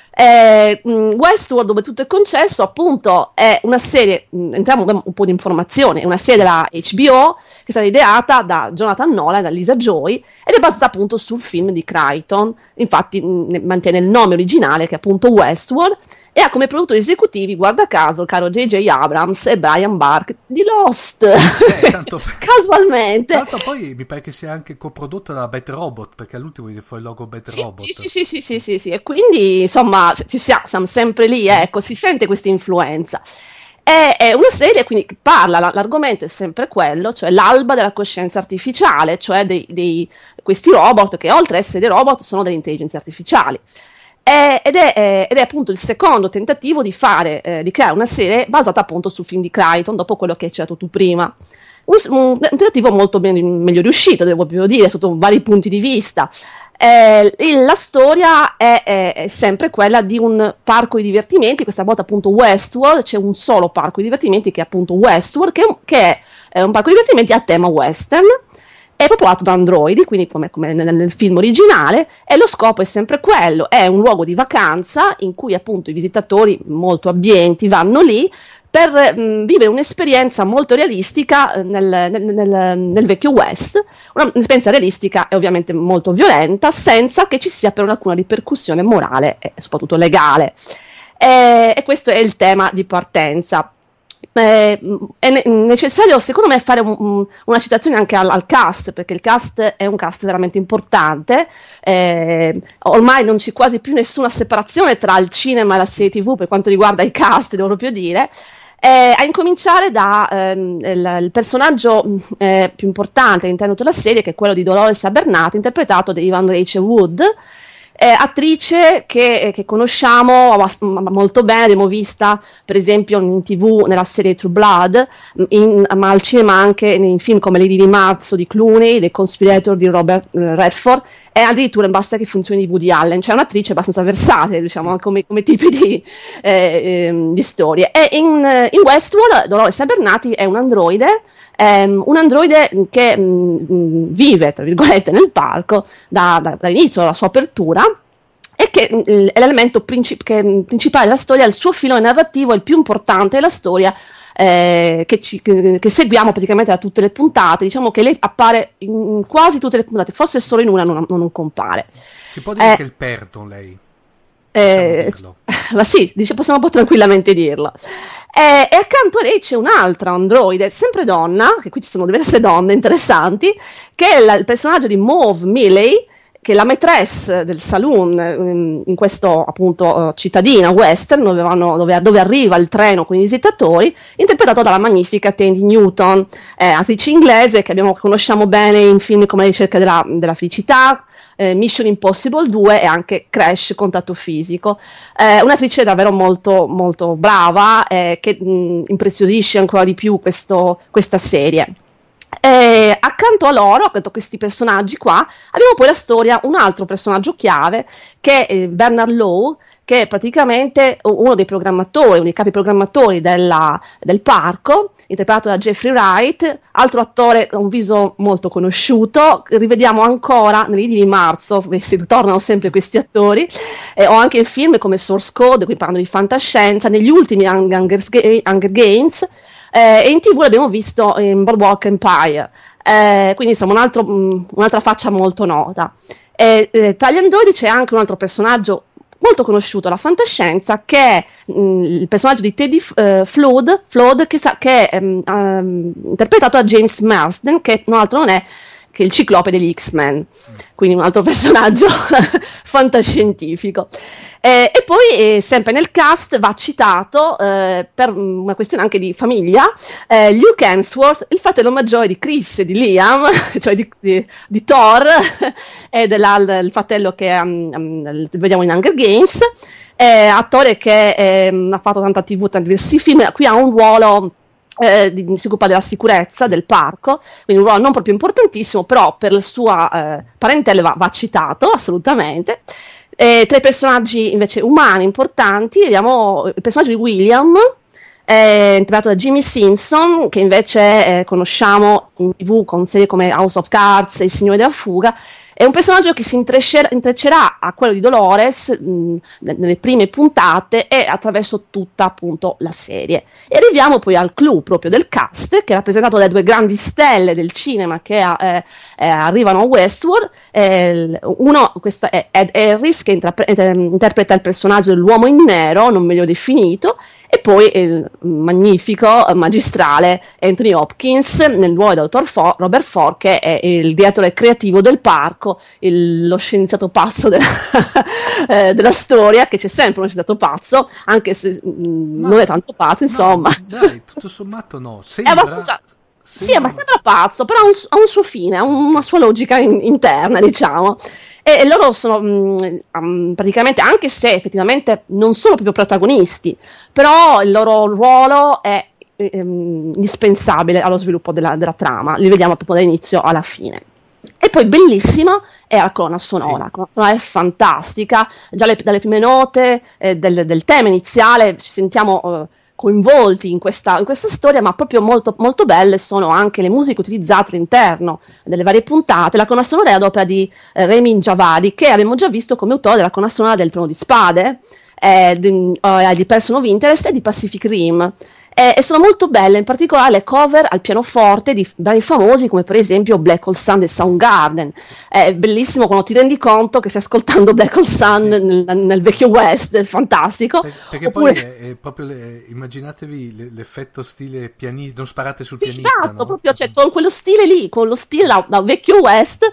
Eh, Westworld, dove tutto è concesso, appunto è una serie, mh, entriamo un po' di informazioni, è una serie della H B O che è stata ideata da Jonathan Nolan e da Lisa Joy ed è basata appunto sul film di Crichton, infatti mh, mantiene il nome originale che è appunto Westworld e ha come produttori esecutivi, guarda caso, il caro J J Abrams e Brian Burke di Lost, eh, tanto, casualmente. Tanto poi mi pare che sia anche coprodotta da Bad Robot, perché all'ultimo gli fa il logo Bad sì, Robot. Sì, sì, sì, sì, sì, sì, e quindi insomma ci siamo, siamo sempre lì, ecco, si sente questa influenza. È, è una serie quindi che parla, l'argomento è sempre quello, cioè l'alba della coscienza artificiale, cioè dei, dei, questi robot che oltre a essere dei robot sono delle intelligenze artificiali. Ed è, ed è appunto il secondo tentativo di fare, eh, di creare una serie basata appunto sul film di Crichton, dopo quello che hai citato tu prima. Un, un tentativo molto ben, meglio riuscito, devo proprio dire, sotto vari punti di vista. Eh, la storia è, è, è sempre quella di un parco di divertimenti, questa volta appunto Westworld, c'è un solo parco di divertimenti che è appunto Westworld, che, che è, è un parco di divertimenti a tema western. È popolato da androidi, quindi come, come nel, nel film originale, e lo scopo è sempre quello, è un luogo di vacanza in cui appunto i visitatori molto abbienti vanno lì per mh, vivere un'esperienza molto realistica nel, nel, nel, nel vecchio West, una, un'esperienza realistica e ovviamente molto violenta, senza che ci sia però alcuna ripercussione morale e soprattutto legale. E, e questo è il tema di partenza. Eh, è ne- necessario secondo me fare un, un, una citazione anche al, al cast, perché il cast è un cast veramente importante, eh, ormai non c'è quasi più nessuna separazione tra il cinema e la serie tv per quanto riguarda i cast, devo proprio dire, eh, a incominciare da ehm, il, il personaggio eh, più importante all'interno della serie, che è quello di Dolores Abernathy, interpretato da Evan Rachel Wood, Eh, attrice che, che conosciamo molto bene, l'abbiamo vista per esempio in tv nella serie True Blood, in, ma al cinema anche in film come Lady di Marzo di Clooney, The Conspirator di Robert Redford, e addirittura Basta che funzioni di Woody Allen, cioè un'attrice abbastanza versatile, diciamo, come, come tipi di, eh, eh, di storie. E in, in Westworld Dolores Abernathy è un androide, ehm, un androide che mh, vive, tra virgolette, nel parco da, da, dall'inizio della sua apertura, e che mh, è l'elemento princip- che, principale della storia, il suo filone narrativo è il più importante della storia, Eh, che, ci, che, che seguiamo praticamente da tutte le puntate. Diciamo che lei appare in quasi tutte le puntate, forse solo in una non, non compare. Si può dire eh, che è il Perdon lei? Eh, ma sì, dice, possiamo un po' tranquillamente dirlo. Eh, e accanto a lei c'è un'altra androide, sempre donna, che qui ci sono diverse donne interessanti, che è la, il personaggio di Maeve Milley, che è la maîtresse del saloon in questo appunto cittadina western dove, vanno, dove, dove arriva il treno con i visitatori, interpretato dalla magnifica Tandy Newton, eh, attrice inglese che abbiamo, conosciamo bene in film come La ricerca della, della felicità, eh, Mission Impossible due e anche Crash, Contatto fisico. Eh, un'attrice davvero molto molto brava, eh, che mh, impreziosisce ancora di più questo, questa serie. E accanto a loro, accanto a questi personaggi qua, abbiamo poi la storia, un altro personaggio chiave che è eh, Bernard Lowe, che è praticamente uno dei programmatori, uno dei capi programmatori della, del parco, interpretato da Jeffrey Wright, altro attore con un viso molto conosciuto. Rivediamo ancora negli Idi di marzo, si ritornano sempre questi attori, eh, o anche in film come Source Code, qui parlando di fantascienza, negli ultimi Hunger, Hunger Games. Eh, e in tv l'abbiamo visto in Boardwalk Empire, eh, quindi insomma un altro, mh, un'altra faccia molto nota. Eh, eh, tra gli androidi c'è anche un altro personaggio molto conosciuto alla fantascienza, che è mh, il personaggio di Teddy uh, Flood, Flood che, sa, che è um, um, interpretato da James Marsden, che non altro non è che il ciclope degli X-Men, quindi un altro personaggio fantascientifico. Eh, e poi eh, sempre nel cast va citato, eh, per una questione anche di famiglia, eh, Luke Hemsworth, il fratello maggiore di Chris e di Liam, cioè di, di, di Thor, e del fratello che um, um, vediamo in Hunger Games, eh, attore che eh, ha fatto tanta tv, tanti diversi film. Qui ha un ruolo, eh, di, si occupa della sicurezza del parco, quindi un ruolo non proprio importantissimo, però per la sua eh, parentela va, va citato assolutamente. Eh, tra i personaggi invece umani importanti abbiamo il personaggio di William, eh, interpretato da Jimmy Simpson, che invece eh, conosciamo in tv con serie come House of Cards e Il Signore della Fuga. È un personaggio che si intreccerà, intreccerà a quello di Dolores mh, nelle prime puntate e attraverso tutta appunto la serie. E arriviamo poi al clou proprio del cast, che è rappresentato dalle due grandi stelle del cinema che eh, eh, arrivano a Westworld. Eh, uno, questo è Ed Harris, che intrapre- interpreta il personaggio dell'uomo in nero, non meglio definito, e poi il magnifico, magistrale Anthony Hopkins nel ruolo del dottor Ford, Robert Ford, che è il direttore creativo del parco, il, lo scienziato pazzo della, eh, della storia, che c'è sempre uno scienziato pazzo, anche se mh, non è tanto pazzo, insomma. No, dai, tutto sommato no, sembra... È abbastanza... Sì, ma sembra pazzo, però ha un, ha un suo fine, ha una sua logica in, interna, diciamo. E, e loro sono mh, um, praticamente, anche se effettivamente non sono proprio protagonisti, però il loro ruolo è ehm, indispensabile allo sviluppo della, della trama. Li vediamo proprio dall'inizio alla fine. E poi bellissima è la colonna sonora, sì. La colonna sonora è fantastica, già le, dalle prime note eh, del, del tema iniziale ci sentiamo... Eh, coinvolti in questa, in questa storia, ma proprio molto, molto belle sono anche le musiche utilizzate all'interno delle varie puntate. La colonna sonora è ad opera di eh, Ramin Djawadi, che abbiamo già visto come autore della colonna sonora del Trono di Spade, eh, di, eh, di Person of Interest e di Pacific Rim. E, e sono molto belle, in particolare le cover al pianoforte di brani famosi come per esempio Black Hole Sun e Soundgarden. È bellissimo quando ti rendi conto che stai ascoltando Black Hole Sun nel, nel vecchio West, è fantastico. Per, perché Oppure... poi è, è proprio le, immaginatevi l'effetto stile pianista, non sparate sul sì, pianista. Esatto, no? proprio, cioè, con quello stile lì, con lo stile da, da vecchio West,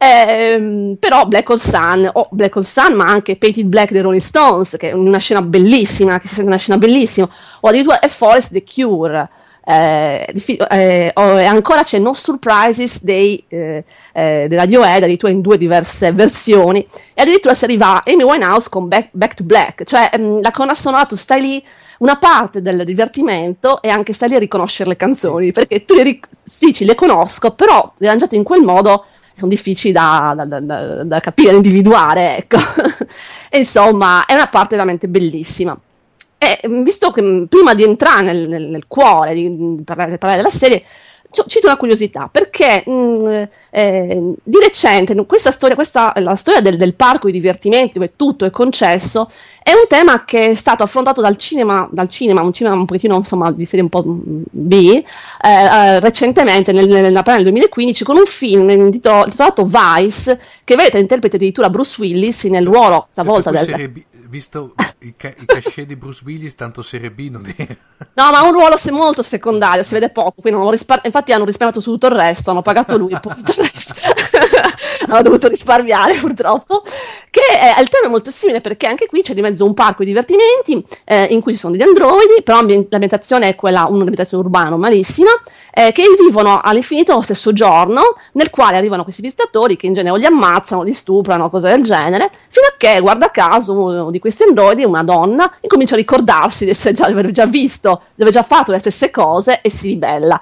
ehm, però Black Hole Sun, o oh, Black Hole Sun, ma anche Painted Black dei Rolling Stones, che è una scena bellissima, che si sente una scena bellissima, o addirittura è Forest The Cure, eh, eh, oh, e ancora c'è No Surprises dei, eh, eh, dei Radiohead, addirittura in due diverse versioni, e addirittura si arriva a Amy Winehouse con Back, Back to Black, cioè ehm, la colonna sonora, tu stai lì, una parte del divertimento e anche stai lì a riconoscere le canzoni, perché tu le ric- sì, ci le conosco, però le arrangiate in quel modo sono difficili da, da, da, da capire, da individuare, ecco. E insomma, è una parte veramente bellissima. E visto che prima di entrare nel, nel, nel cuore di, di, parlare, di parlare della serie, cito una curiosità, perché mh, eh, di recente questa storia, questa, la storia del, del parco di divertimenti dove tutto è concesso, è un tema che è stato affrontato dal cinema, dal cinema un cinema un pochettino, insomma, di serie un po' B, eh, eh, recentemente nel, nel, nel duemilaquindici, con un film intitolato Vice, che vede interprete addirittura Bruce Willis nel ruolo stavolta del... B, visto i, ca- i cachet di Bruce Willis, tanto serie B non è... No, ma ha un ruolo se molto secondario, si vede poco, quindi non rispar- infatti hanno risparmiato su tutto il resto, hanno pagato lui tutto il resto. Hanno dovuto risparmiare purtroppo, che è, il tema è molto simile, perché anche qui c'è di mezzo un parco di divertimenti eh, in cui ci sono degli androidi, però ambient- l'ambientazione è quella, un'ambientazione urbana normalissima, eh, che vivono all'infinito lo stesso giorno, nel quale arrivano questi visitatori che in genere o li ammazzano, li stuprano, cose del genere, fino a che, guarda caso, uno di questi androidi, una donna, incomincia a ricordarsi di, essere già, di aver già visto, di aver già fatto le stesse cose e si ribella.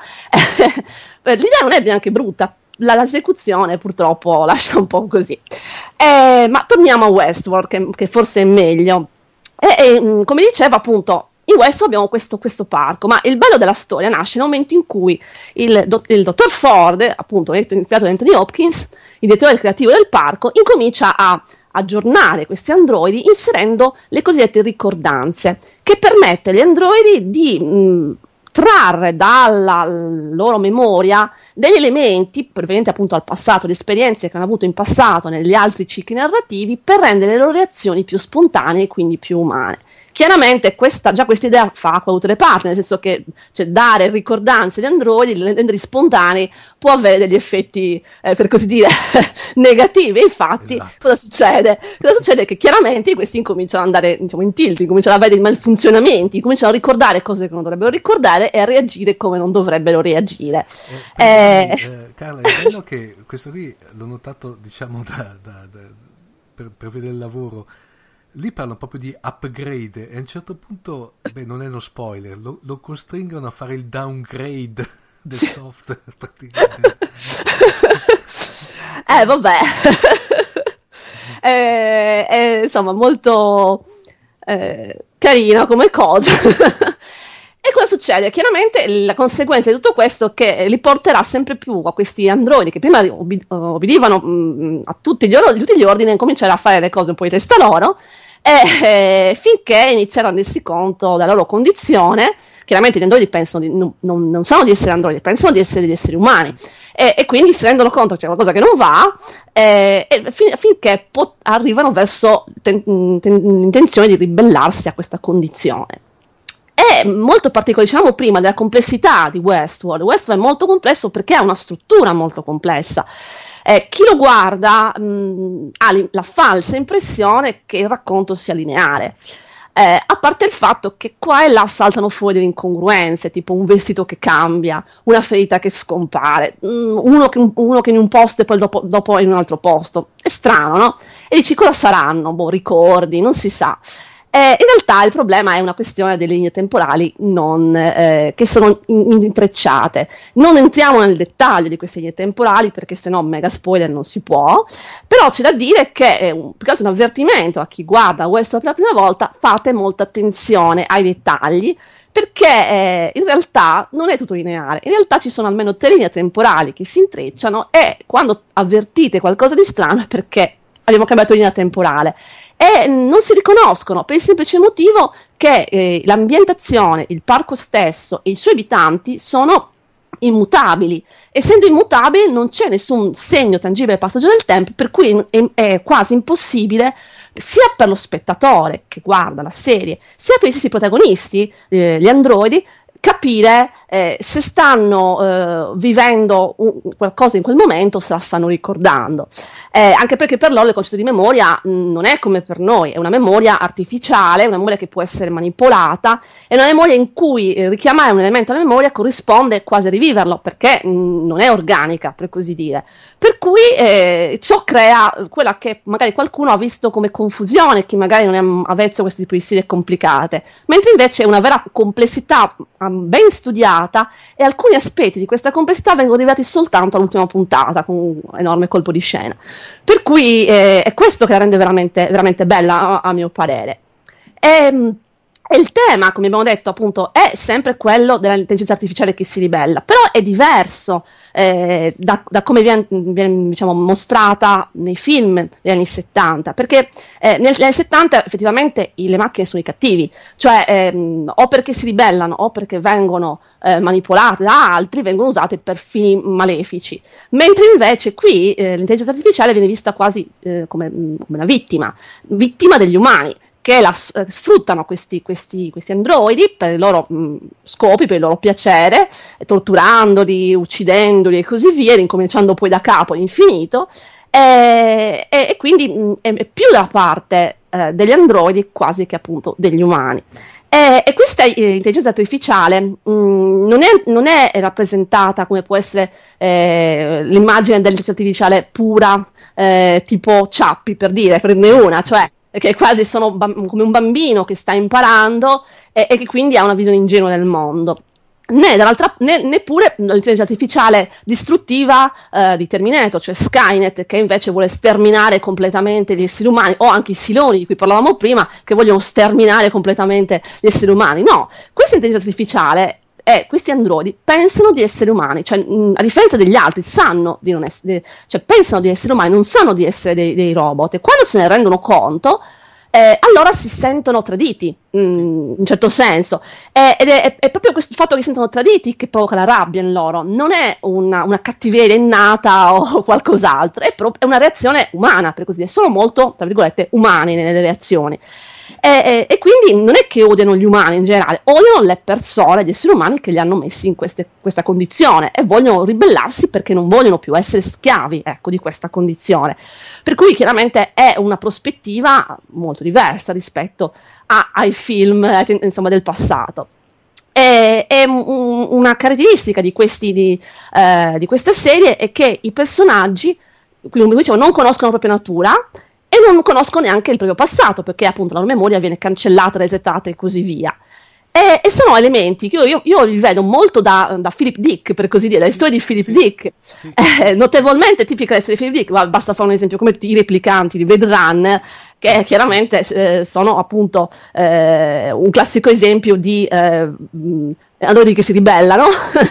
L'idea non è neanche brutta, la, l'esecuzione purtroppo lascia un po' così. Eh, ma torniamo a Westworld, che, che forse è meglio. E, e, come dicevo, appunto, in Westworld abbiamo questo, questo parco, ma il bello della storia nasce nel momento in cui il, do, il dottor Ford, appunto, interpretato da Anthony Hopkins, il direttore creativo del parco, incomincia a aggiornare questi androidi inserendo le cosiddette ricordanze, che permette agli androidi di mh, trarre dalla loro memoria degli elementi provenienti appunto dal passato, le esperienze che hanno avuto in passato negli altri cicli narrativi, per rendere le loro reazioni più spontanee e quindi più umane. Chiaramente questa, già questa idea fa acqua da tutte le parti, nel senso che, cioè, dare ricordanze agli androidi, renderli spontanei, può avere degli effetti, eh, per così dire, negativi. Infatti, esatto. cosa succede? Cosa succede? Che chiaramente questi incominciano ad andare, diciamo, in tilt, incominciano ad avere dei malfunzionamenti, cominciano a ricordare cose che non dovrebbero ricordare e a reagire come non dovrebbero reagire. Eh, eh, eh, Carla, è bello che questo qui l'ho notato, diciamo, da, da, da, per, per vedere il lavoro. Lì parlano proprio di upgrade e a un certo punto, beh, non è uno spoiler, lo, lo costringono a fare il downgrade del software praticamente. eh vabbè è, è insomma molto eh, carino come cosa. E cosa succede? Chiaramente la conseguenza di tutto questo è che li porterà sempre più a questi androidi che prima obbed- obbedivano mh, a tutti gli, or- tutti gli ordini, e cominceranno a fare le cose un po' di testa loro, e eh, finché iniziano a rendersi conto della loro condizione. Chiaramente gli androidi pensano di, non, non, non sanno di essere androidi, pensano di essere degli esseri umani, e, e quindi si rendono conto che c'è qualcosa che non va, eh, e fin, finché po- arrivano verso ten- ten- l'intenzione di ribellarsi a questa condizione. È molto particolare, diciamo prima, della complessità di Westworld. Westworld è molto complesso perché ha una struttura molto complessa. Eh, chi lo guarda mh, ha la falsa impressione che il racconto sia lineare. Eh, a parte il fatto che qua e là saltano fuori delle incongruenze, tipo un vestito che cambia, una ferita che scompare, mh, uno, che, uno che in un posto e poi dopo, dopo in un altro posto. È strano, no? E dici cosa saranno? Boh, ricordi, non si sa. Eh, in realtà il problema è una questione delle linee temporali non, eh, che sono in- intrecciate. Non entriamo nel dettaglio di queste linee temporali perché sennò mega spoiler non si può, però c'è da dire che è un, più che altro un avvertimento a chi guarda Westworld per la prima volta: fate molta attenzione ai dettagli, perché eh, in realtà non è tutto lineare. In realtà ci sono almeno tre linee temporali che si intrecciano, e quando avvertite qualcosa di strano è perché abbiamo cambiato linea temporale. E non si riconoscono per il semplice motivo che eh, l'ambientazione, il parco stesso e i suoi abitanti sono immutabili. Essendo immutabili non c'è nessun segno tangibile del passaggio del tempo, per cui è, è quasi impossibile, sia per lo spettatore che guarda la serie, sia per i stessi protagonisti, eh, gli androidi, capire eh, se stanno eh, vivendo un, qualcosa in quel momento, se la stanno ricordando, eh, anche perché per loro il concetto di memoria mh, non è come per noi, è una memoria artificiale, una memoria che può essere manipolata, è una memoria in cui eh, richiamare un elemento alla memoria corrisponde quasi a riviverlo, perché mh, non è organica, per così dire, per cui eh, ciò crea quella che magari qualcuno ha visto come confusione, chi magari non è avvezzo a questo tipo di stile complicate, mentre invece è una vera complessità ben studiata, e alcuni aspetti di questa complessità vengono rivelati soltanto all'ultima puntata, con un enorme colpo di scena. Per cui eh, è questo che la rende veramente, veramente bella, a, a mio parere. E, E il tema, come abbiamo detto, appunto, è sempre quello dell'intelligenza artificiale che si ribella, però è diverso eh, da, da come viene, viene diciamo, mostrata nei film degli anni settanta, perché eh, nel, negli anni settanta effettivamente i, le macchine sono i cattivi, cioè ehm, o perché si ribellano o perché vengono eh, manipolate da altri, vengono usate per fini malefici, mentre invece qui eh, l'intelligenza artificiale viene vista quasi eh, come, come una vittima, vittima degli umani, che la eh, sfruttano questi, questi, questi androidi per i loro mh, scopi, per il loro piacere, torturandoli, uccidendoli e così via, incominciando poi da capo all'infinito, e, e, e quindi mh, è più da parte eh, degli androidi quasi che appunto degli umani. E, e questa eh, intelligenza artificiale mh, non, è, non è rappresentata come può essere eh, l'immagine dell'intelligenza artificiale pura, eh, tipo Ciappi, per dire, prende una, cioè che quasi sono bam- come un bambino che sta imparando e, e che quindi ha una visione ingenua del mondo. Né, dall'altra, né, neppure l'intelligenza artificiale distruttiva eh, di Terminator, cioè Skynet, che invece vuole sterminare completamente gli esseri umani, o anche i Siloni di cui parlavamo prima, che vogliono sterminare completamente gli esseri umani. No, questa intelligenza artificiale e questi androidi pensano di essere umani, cioè mh, a differenza degli altri sanno di non essere, cioè pensano di essere umani, non sanno di essere dei, dei robot, e quando se ne rendono conto eh, allora si sentono traditi, mh, in un certo senso, e, ed è, è proprio questo fatto che si sentono traditi che provoca la rabbia in loro, non è una, una cattiveria innata o qualcos'altro, è, pro- è una reazione umana, per così dire, sono molto, tra virgolette, umani nelle reazioni. E, e, e quindi non è che odiano gli umani in generale, odiano le persone, gli esseri umani che li hanno messi in queste, questa condizione, e vogliono ribellarsi perché non vogliono più essere schiavi, ecco, di questa condizione. Per cui chiaramente è una prospettiva molto diversa rispetto a, ai film eh, insomma, del passato. E, e un, una caratteristica di, questi, di, eh, di questa serie è che i personaggi, come dicevo, non conoscono la propria natura e non conoscono neanche il proprio passato, perché appunto la loro memoria viene cancellata, resettata e così via. E, e sono elementi che io, io, io li vedo molto da, da Philip Dick, per così dire, la storia di Philip sì, Dick, sì. Eh, notevolmente tipica della storia di Philip Dick. Basta fare un esempio come i replicanti di Blade Runner, che chiaramente eh, sono appunto eh, un classico esempio di eh, androidi che si ribellano.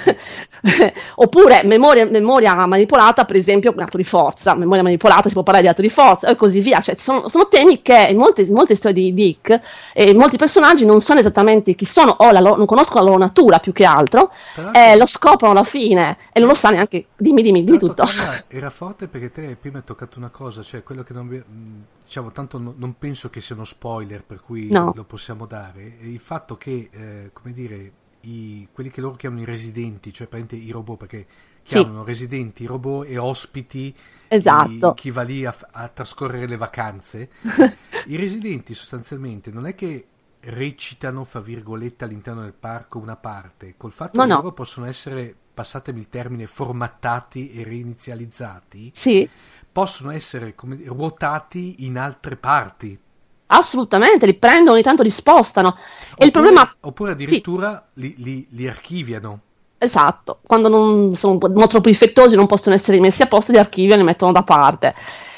Oppure memoria, memoria manipolata, per esempio un atto di forza, memoria manipolata, si può parlare di atto di forza e così via, cioè sono, sono temi che in molte, in molte storie di Dick e molti personaggi non sanno esattamente chi sono o la loro, non conoscono la loro natura più che altro, e lo scoprono alla fine e non lo sa neanche. Dimmi, dimmi, dimmi tutto. Carla, era forte perché te prima hai toccato una cosa, cioè quello che non, diciamo, tanto no, non penso che sia uno spoiler, per cui no. Lo possiamo dare, il fatto che, eh, come dire, I, quelli che loro chiamano i residenti, cioè i robot, perché chiamano sì. residenti, robot e ospiti, esatto. i, chi va lì a, a trascorrere le vacanze. I residenti sostanzialmente non è che recitano, fra virgolette, all'interno del parco una parte, col fatto no, che no. loro possono essere, passatemi il termine, formattati e reinizializzati, sì. possono essere come, ruotati in altre parti. Assolutamente, li prendono, ogni tanto li spostano. Oppure, e il problema... oppure addirittura sì. li, li, li archiviano. Esatto, quando non sono un po' troppo difettosi, non possono essere rimessi a posto, li archiviano e li mettono da parte.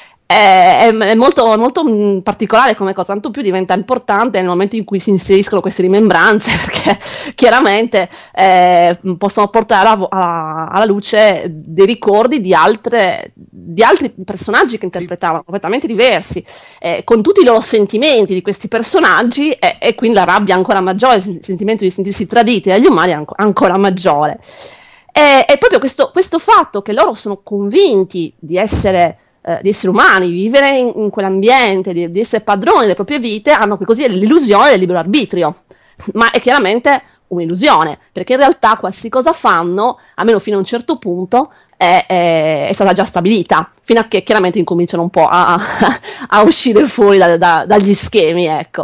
È, è molto, molto particolare come cosa, tanto più diventa importante nel momento in cui si inseriscono queste rimembranze, perché chiaramente eh, possono portare a, a, alla luce dei ricordi di, altre, di altri personaggi che interpretavano, sì. completamente diversi, eh, con tutti i loro sentimenti di questi personaggi, e, e quindi la rabbia ancora maggiore, il sentimento di sentirsi traditi dagli umani anco, ancora maggiore. E, e proprio questo, questo fatto che loro sono convinti di essere Uh, di esseri umani, vivere in, in quell'ambiente, di, di essere padroni delle proprie vite, hanno così l'illusione del libero arbitrio, ma è chiaramente un'illusione, perché in realtà qualsiasi cosa fanno, almeno fino a un certo punto, è, è, è stata già stabilita, fino a che chiaramente incominciano un po' a, a uscire fuori da, da, dagli schemi, ecco.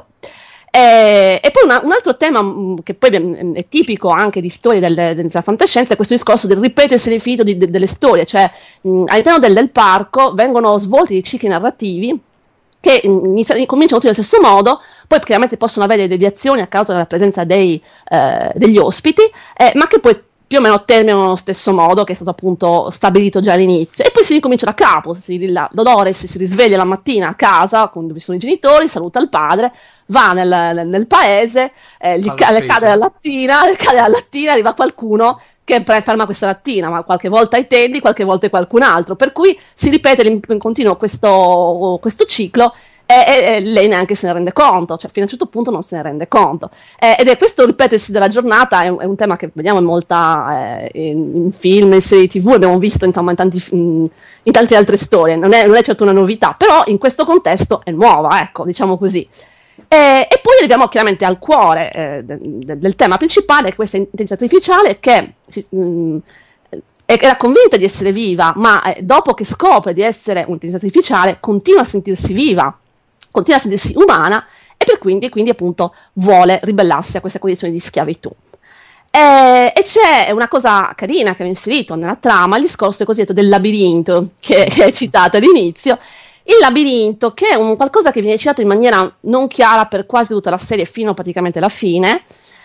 E, e poi una, un altro tema mh, che poi è, è tipico anche di storie del, del, della fantascienza è questo discorso del ripetersi all'infinito di, de, delle storie, cioè mh, all'interno del, del parco vengono svolti dei cicli narrativi che iniziano, cominciano tutti allo stesso modo, poi chiaramente possono avere delle deviazioni a causa della presenza dei, eh, degli ospiti, eh, ma che poi più o meno terminano nello stesso modo che è stato appunto stabilito già all'inizio, e poi si ricomincia da capo. Si, la, Dolores si risveglia la mattina a casa con dove sono i genitori, saluta il padre, va nel, nel, nel paese, eh, gli ca- le cade la lattina, le cade la lattina, arriva qualcuno che ferma questa lattina, ma qualche volta i Teddy, qualche volta qualcun altro, per cui si ripete in, in continuo questo, questo ciclo. E, e lei neanche se ne rende conto, cioè fino a un certo punto non se ne rende conto, eh, ed è questo ripetersi della giornata è un, è un tema che vediamo in molta eh, in, in film, in serie tv, abbiamo visto insomma, in, tanti, in, in tante altre storie, non è, non è certo una novità, però in questo contesto è nuova, ecco, diciamo così. E, e poi arriviamo chiaramente al cuore eh, de, de, del tema principale, questa intelligenza artificiale che mh, era convinta di essere viva, ma eh, dopo che scopre di essere un'intelligenza artificiale continua a sentirsi viva, continua a sentirsi umana, e per quindi, quindi appunto vuole ribellarsi a questa condizione di schiavitù. E, e c'è una cosa carina che ho inserito nella trama, il discorso cosiddetto del labirinto, che, che è citato all'inizio. Il labirinto, che è un qualcosa che viene citato in maniera non chiara per quasi tutta la serie fino praticamente alla fine,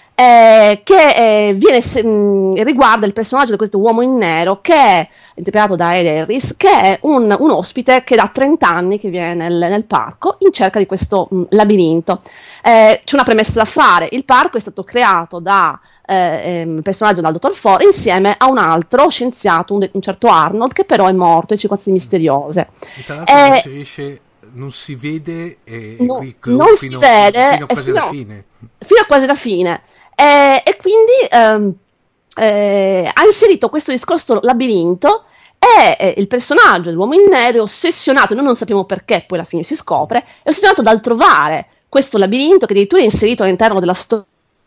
Eh, che eh, viene, mh, riguarda il personaggio di questo uomo in nero, che è interpretato da Ed Harris, che è un, un ospite che da trenta anni che viene nel, nel parco in cerca di questo mh, labirinto. Eh, c'è una premessa da fare: il parco è stato creato da eh, ehm, personaggio dal dottor Ford insieme a un altro scienziato, un, de- un certo Arnold, che però è morto in circostanze misteriose. E tra l'altro eh, non si riesce, non si vede e no, qui non fino, si vede fino a quasi fino, alla fine. Fino a quasi alla fine. Eh, e quindi ehm, eh, ha inserito questo discorso labirinto, e eh, il personaggio dell'uomo in nero è ossessionato, noi non sappiamo perché, poi alla fine si scopre, è ossessionato dal trovare questo labirinto, che addirittura è inserito all'interno della storia,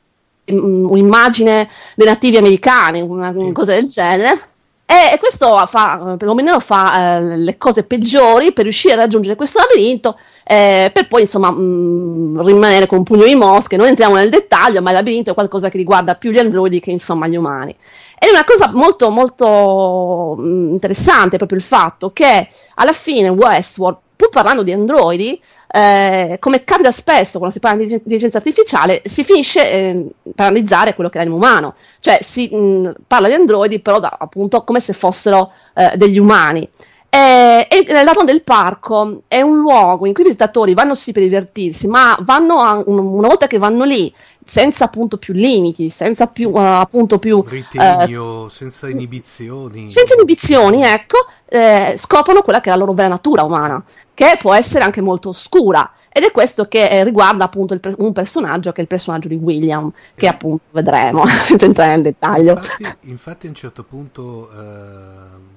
un'immagine dei nativi americani, una, una cosa del genere. E, e questo fa, per l'uomo in nero fa eh, le cose peggiori per riuscire a raggiungere questo labirinto, eh, per poi insomma mh, rimanere con un pugno di mosche. Non entriamo nel dettaglio, ma il labirinto è qualcosa che riguarda più gli androidi che insomma gli umani. Ed è una cosa molto molto mh, interessante proprio il fatto che alla fine Westworld, pur parlando di androidi, eh, come capita spesso quando si parla di intelligenza artificiale, si finisce eh, per analizzare quello che è l'animo umano, cioè si mh, parla di androidi però da, appunto come se fossero eh, degli umani. E, e la zona del parco è un luogo in cui i visitatori vanno sì per divertirsi, ma vanno a, un, una volta che vanno lì, senza appunto più limiti, senza più uh, appunto più ritegno, eh, senza inibizioni. Senza inibizioni, ecco, eh, scoprono quella che è la loro vera natura umana, che può essere anche molto oscura. Ed è questo che eh, riguarda appunto il pre- un personaggio che è il personaggio di William, che appunto vedremo, senza entrare nel dettaglio. Infatti, infatti a un certo punto eh,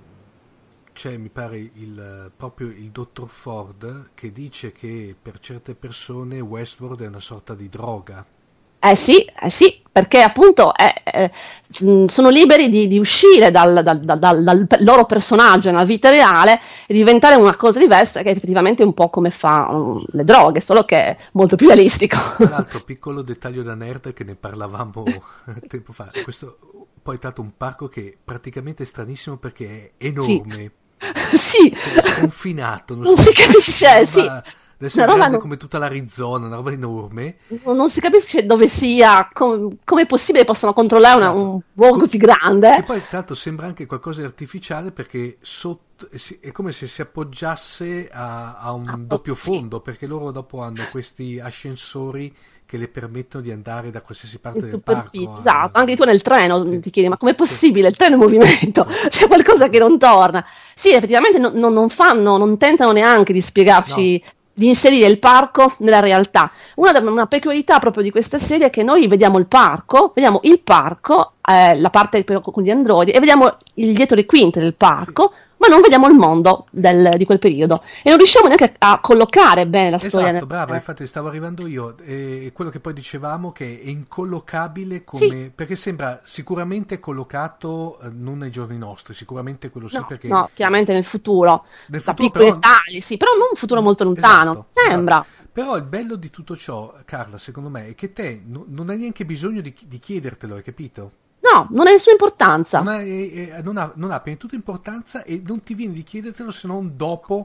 c'è, mi pare, il, proprio il dottor Ford che dice che per certe persone Westworld è una sorta di droga. Eh sì, eh sì, perché appunto eh, eh, sono liberi di, di uscire dal, dal, dal, dal, dal loro personaggio nella vita reale e diventare una cosa diversa, che effettivamente è un po' come fa um, le droghe, solo che è molto più realistico. Tra l'altro, piccolo dettaglio da nerd che ne parlavamo tempo fa, questo poi è stato un parco che praticamente è stranissimo perché è enorme. Sì, sì. Cioè, è sconfinato, non, non so, si capisce, sì. Deve essere grande non... come tutta l'Arizona, una roba enorme. Non, non si capisce dove sia, com- come è possibile che possano controllare una, esatto. un luogo così grande. E poi tra l'altro sembra anche qualcosa di artificiale perché sotto, è come se si appoggiasse a, a un ah, doppio fondo, sì. Perché loro dopo hanno questi ascensori che le permettono di andare da qualsiasi parte in del parco. Esatto, a... anche tu nel treno sì. ti chiedi ma com'è possibile, sì. Il treno è in movimento, sì. C'è qualcosa che non torna. Sì, effettivamente non, non, non fanno, non tentano neanche di spiegarci... No. Di inserire il parco nella realtà. Una, una peculiarità proprio di questa serie è che noi vediamo il parco, vediamo il parco, eh, la parte con gli androidi, e vediamo il dietro le quinte del parco, sì. Ma non vediamo il mondo del, di quel periodo e non riusciamo neanche a, a collocare bene la esatto, storia. Esatto, brava, eh. Infatti stavo arrivando io, e quello che poi dicevamo che è incollocabile come, sì. Perché sembra sicuramente collocato eh, non nei giorni nostri, sicuramente quello sì, no, perché... No, chiaramente nel futuro, nel da futuro, piccoli però... dettagli, sì, però non un futuro molto lontano, esatto, sembra. Esatto. Però il bello di tutto ciò, Carla, secondo me, è che te no, non hai neanche bisogno di, di chiedertelo, hai capito? No, non ha nessuna importanza. Non ha, eh, non, ha, non ha prima di tutto importanza e non ti viene di chiedertelo se non dopo,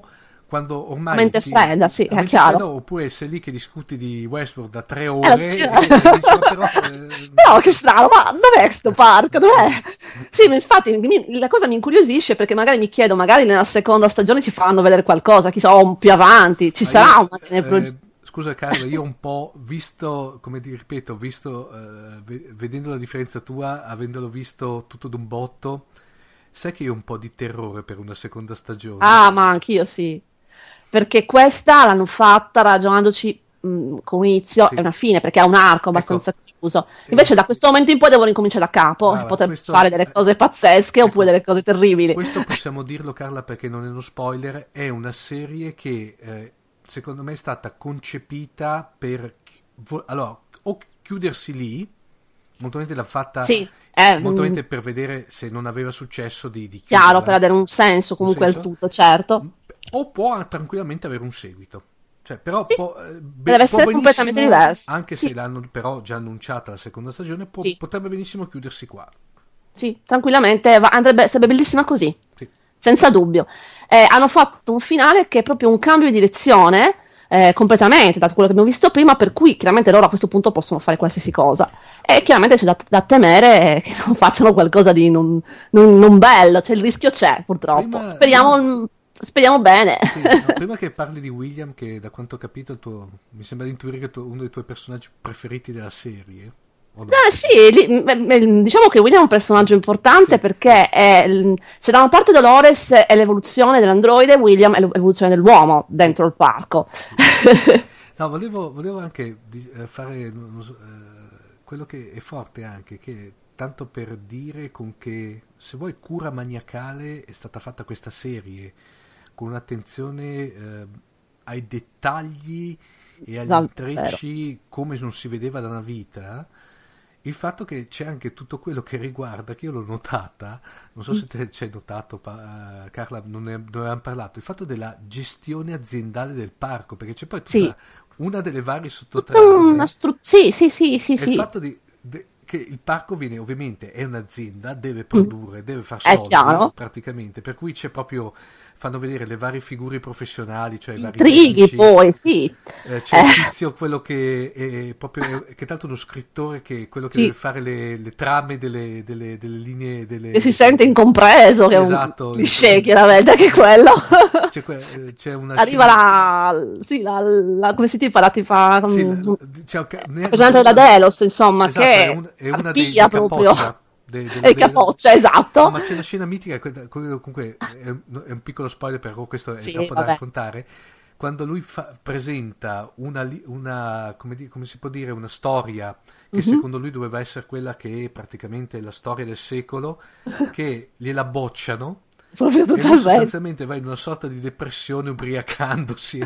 quando ormai mente ti, fredda, sì, è chiaro. Fredda, oppure sei lì che discuti di Westworld da tre ore Eh, e, e dici, però, eh, però che strano, ma dov'è sto parco? Dov'è? Sì, ma infatti mi, la cosa mi incuriosisce perché magari mi chiedo, magari nella seconda stagione ci faranno vedere qualcosa, chissà, o più avanti, ci sarà io, una eh, pro- Scusa Carlo, io un po' visto, come ti ripeto, visto, eh, v- vedendo la differenza tua, avendolo visto tutto d'un botto, sai che io ho un po' di terrore per una seconda stagione. Ah, ma anch'io sì. Perché questa l'hanno fatta ragionandoci mh, con un inizio Sì. e una fine, perché ha un arco abbastanza Ecco. chiuso. Invece da questo momento in poi devono ricominciare da capo, Brava, e poter questo- fare delle cose pazzesche Ecco. oppure delle cose terribili. Questo possiamo dirlo, Carla, perché non è uno spoiler, è una serie che eh, secondo me è stata concepita per chi- vo- allora, o chiudersi lì, molto probabilmente l'ha fatta Sì, è molto mh, probabilmente per vedere se non aveva successo di, di chiaro, chiuderla. per dare un senso comunque senso? al tutto, certo. O può tranquillamente avere un seguito. Cioè, però Sì, può, eh, be- deve può essere completamente benissimo, diverso. anche Sì. se l'hanno però già annunciata la seconda stagione, può- Sì. potrebbe benissimo chiudersi qua. Sì, tranquillamente, va- andrebbe, sarebbe bellissima così, Sì. senza dubbio. Eh, hanno fatto un finale che è proprio un cambio di direzione, eh, completamente, da quello che abbiamo visto prima, per cui chiaramente loro a questo punto possono fare qualsiasi cosa. E chiaramente c'è da, da temere che non facciano qualcosa di non, non- non bello, cioè il rischio c'è purtroppo. Prima- Speriamo, speriamo bene. Sì, no, prima che parli di William, che da quanto ho capito il tuo, mi sembra di intuire che è uno dei tuoi personaggi preferiti della serie. O no? Eh, sì, li- m- m- diciamo che William è un personaggio importante Sì. perché è, l- se da una parte Dolores è l'evoluzione dell'androide, William è l'evoluzione dell'uomo dentro il parco. No, volevo, volevo anche di- eh, fare non- non so, eh, quello che è forte anche, che tanto per dire con che, se vuoi, cura maniacale è stata fatta questa serie, con un'attenzione eh, ai dettagli e agli Davvero. intrecci come non si vedeva da una vita. Il fatto che c'è anche tutto quello che riguarda, che io l'ho notata, non so se te ci hai notato, pa- eh, Carla, non ne, non ne avevamo parlato, il fatto della gestione aziendale del parco, perché c'è poi tutta Sì. una delle varie Tutta sottotrame, una stru- sì, sì, sì, sì, è sì. il fatto di, de- che il parco viene, ovviamente, è un'azienda, deve produrre, deve far È soldi, chiaro. praticamente, per cui c'è proprio, fanno vedere le varie figure professionali, cioè i vari Intrighi tecnici. poi, sì. Eh, c'è Eh. il tizio, quello che è proprio, che è tanto uno scrittore, che è quello che Sì. deve fare le, le trame delle, delle, delle linee, delle, Che si sente incompreso, Sì, che è un esatto. cliché, chiaramente, anche quello. C'è, que- eh, c'è una Arriva scena- la, sì, la, la- come si dice, la tipa, Sì, mm, la- c'è un ca- ne- la presidente della Delos, insomma, Esatto, che è, un- è una dei, arpia dei proprio. capoccia, de- della È il Delos. capoccia, esatto. No, ma c'è una scena mitica, que- quello comunque è un, è un piccolo spoiler, però questo è Sì, troppo da vabbè. raccontare. Quando lui fa- presenta una, li- una come, di- come si può dire, una storia che Mhm. secondo lui doveva essere quella che è praticamente la storia del secolo, che gliela bocciano. Proprio E lui totalmente. sostanzialmente va in una sorta di depressione ubriacandosi.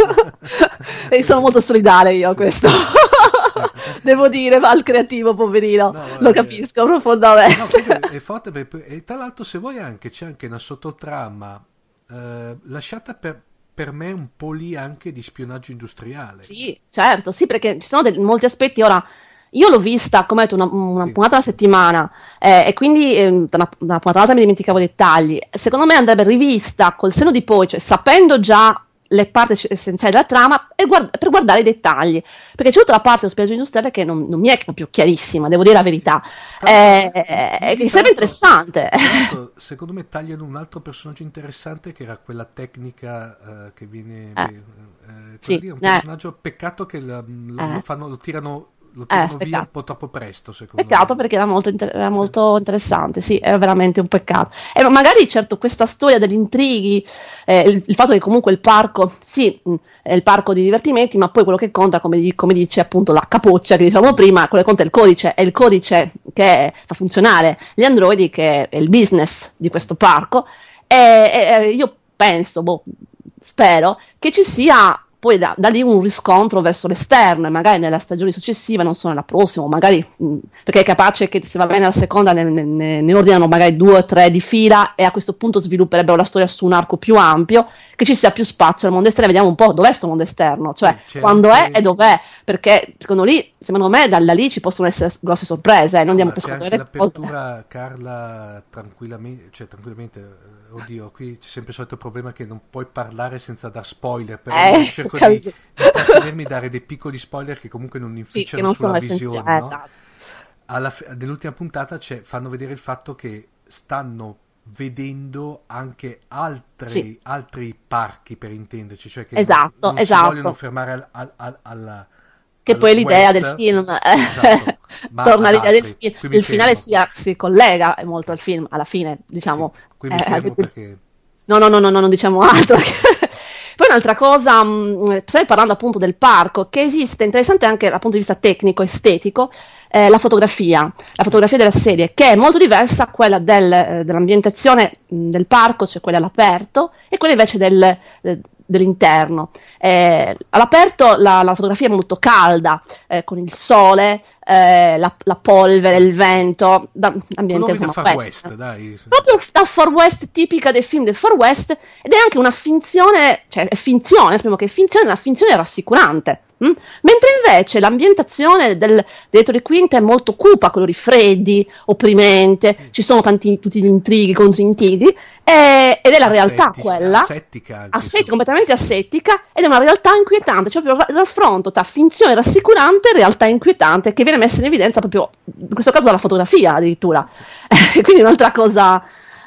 E sono molto solidale io a questo. Devo dire, va al creativo, poverino. No, Lo eh, capisco profondamente. No, comunque è forte perché- e tra l'altro, se vuoi, anche c'è anche una sottotrama eh, lasciata per, per me un po' lì anche di spionaggio industriale. Sì, certo, sì, perché ci sono del- molti aspetti. Ora, io l'ho vista, come ho detto, una, una Sì. puntata alla settimana, eh, e quindi eh, da una, da una puntata all'altra mi dimenticavo i dettagli. Secondo me andrebbe rivista col seno di poi, cioè sapendo già le parti essenziali della trama e guard- per guardare i dettagli, perché c'è tutta la parte dello spionaggio industriale che non, non mi è proprio chiarissima, devo dire la verità. Eh, eh, che sarebbe interessante. Tra l'altro, secondo me tagliano un altro personaggio interessante, che era quella tecnica eh, che viene Eh. beh, eh, Sì, quello lì è un eh. personaggio, peccato che la- lo, Eh. lo fanno, lo tirano, lo tirano via peccato. un po' troppo presto, secondo Peccato, me. perché era molto, inter- era molto interessante, sì, è veramente un peccato. E magari, certo, questa storia degli intrighi, eh, il, il fatto che comunque il parco, sì, mh, è il parco di divertimenti, ma poi quello che conta, come, di- come dice appunto la capoccia che dicevamo prima, quello che conta è il codice, è il codice che fa funzionare gli androidi, che è il business di questo parco, e, e- e io penso, boh, spero, che ci sia poi da, da lì un riscontro verso l'esterno, e magari nella stagione successiva, non so, nella prossima, o magari mh, perché è capace che se va bene la seconda ne, ne- ne- ne ordinano magari due o tre di fila, e a questo punto svilupperebbero la storia su un arco più ampio, che ci sia più spazio al mondo esterno. Vediamo un po' dov'è sto mondo esterno, cioè Eh, c'è quando anche- è e dov'è, perché secondo lì, secondo me da, da lì ci possono essere grosse sorprese, eh, non diamo Ma per c'è scontato anche le cose. l'apertura, Carla, tranquillamente, cioè tranquillamente, eh, oddio, qui c'è sempre il solito problema che non puoi parlare senza dar spoiler, però Eh, io cerco di, capito. di trattenermi, dare dei piccoli spoiler che comunque non Sì, che inficiano non sono sulla visione, essenziali. no? esatto. Alla fi- nell'ultima puntata c'è- fanno vedere il fatto che stanno vedendo anche altri, Sì. altri parchi, per intenderci, cioè che Esatto, non si esatto. vogliono fermare al, al, al, alla- Che al poi è l'idea West. del film, Esatto, ma torna ad all'idea del altri. film. Qui mi Il finale fermo. si, si collega molto al film, alla fine, diciamo. Sì, qui mi eh, fermo perché No, no, no, no, no, non diciamo altro. Poi un'altra cosa, mh, stai parlando appunto del parco, che esiste, interessante anche dal punto di vista tecnico, estetico, eh, la fotografia, la fotografia della serie, che è molto diversa da quella del, eh, dell'ambientazione mh, del parco, cioè quella all'aperto, e quella invece del, eh, dell'interno. Eh, all'aperto la, la fotografia è molto calda, eh, con il sole, eh, la, la polvere, il vento, da, ambiente colori da come Far questo. West, dai. Proprio da Far West, tipica dei film del Far West, ed è anche una finzione, cioè è finzione, prima che finzione, una finzione rassicurante. mm? Mentre invece l'ambientazione del dietro le quinte è molto cupa, colori freddi, opprimente, ci sono tanti, tutti gli intrighi, controintrighi, e- ed è la realtà Assettica- quella, asettica anche, assetti- insomma. completamente asettica, ed è una realtà inquietante, cioè proprio il raffronto tra finzione rassicurante e realtà inquietante, che viene messa in evidenza proprio, in questo caso dalla fotografia addirittura. Quindi un'altra cosa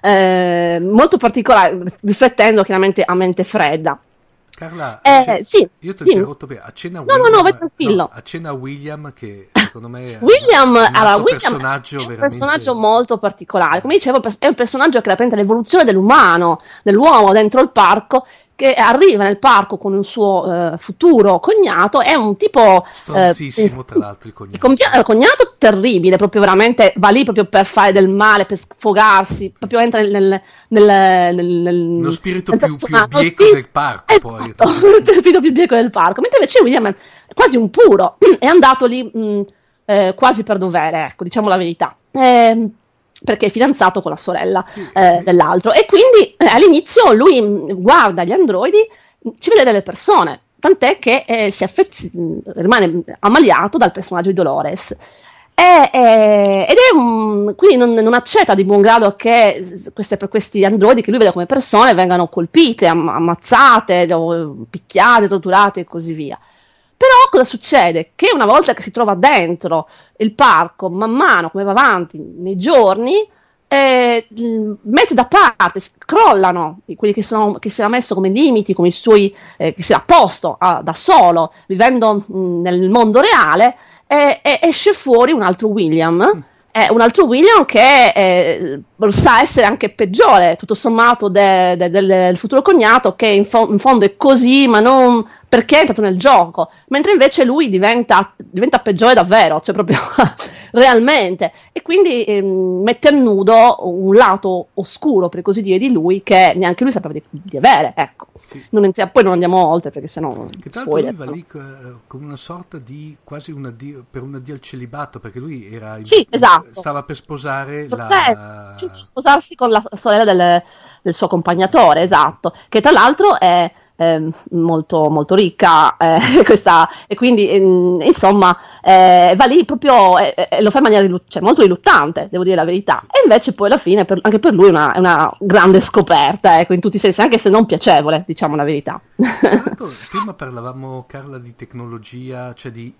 eh, molto particolare, riflettendo chiaramente a mente fredda. Carla, Eh, a ce- sì, io ti ho dimmi. interrotto per accenna No, no, William, no, vai tranquillo. accenna William che secondo me è William, un allora, altro William personaggio è un veramente... personaggio molto particolare. Come dicevo, è un personaggio che rappresenta l'evoluzione dell'umano, dell'uomo dentro il parco, che arriva nel parco con un suo eh, futuro cognato. È un tipo Stronzissimo, eh, tra l'altro, il cognato. il compia- il cognato terribile, proprio veramente va lì proprio per fare del male, per sfogarsi, proprio entra nel, nel, nel, nel, nel- Lo spirito nel più, più personaggio. bieco Sì, del parco, poi. esatto, il spirito più bieco del parco. Mentre invece William è quasi un puro, è andato lì mh, eh, quasi per dovere, ecco, diciamo la verità. Ehm, perché è fidanzato con la sorella eh, dell'altro, e quindi eh, all'inizio lui mh, guarda gli androidi, mh, ci vede delle persone, tant'è che eh, si affez- mh, rimane ammaliato dal personaggio di Dolores. E- e- ed è un, quindi non, non accetta di buon grado che s- queste, questi androidi che lui vede come persone vengano colpite, am- ammazzate, o picchiate, torturate e così via. Però cosa succede? Che una volta che si trova dentro il parco, man mano come va avanti nei giorni, eh, l- mette da parte, s- crollano i- quelli che, sono, che si era messo come limiti, come i suoi, eh, che si era posto a- da solo, vivendo mh, nel mondo reale, e, e esce fuori un altro William. È un altro William che eh, sa essere anche peggiore, tutto sommato, de- de- del, del futuro cognato, che in, fo- in fondo è così, ma non perché è entrato nel gioco, mentre invece lui diventa, diventa peggiore davvero, cioè proprio realmente, e quindi ehm, mette a nudo un lato oscuro, per così dire, di lui, che neanche lui sapeva di, di avere, ecco. Sì. Non entriamo- poi non andiamo oltre, perché sennò Che tra l'altro lui spoiler. va lì eh, come una sorta di quasi un addio, per un addio al celibato, perché lui era in- Sì, esatto. stava per sposare Cioè, la... ci- sposarsi con la sorella del, del suo accompagnatore, esatto, che tra l'altro è ehm, molto, molto ricca, eh, questa, e quindi ehm, insomma eh, va lì proprio e eh, lo fa in maniera rilu- cioè, molto riluttante, devo dire la verità, e invece poi alla fine per- anche per lui è una, è una grande scoperta, ecco, in tutti i sensi, anche se non piacevole, diciamo la verità. Tra l'altro, prima parlavamo, Carla, di tecnologia, cioè di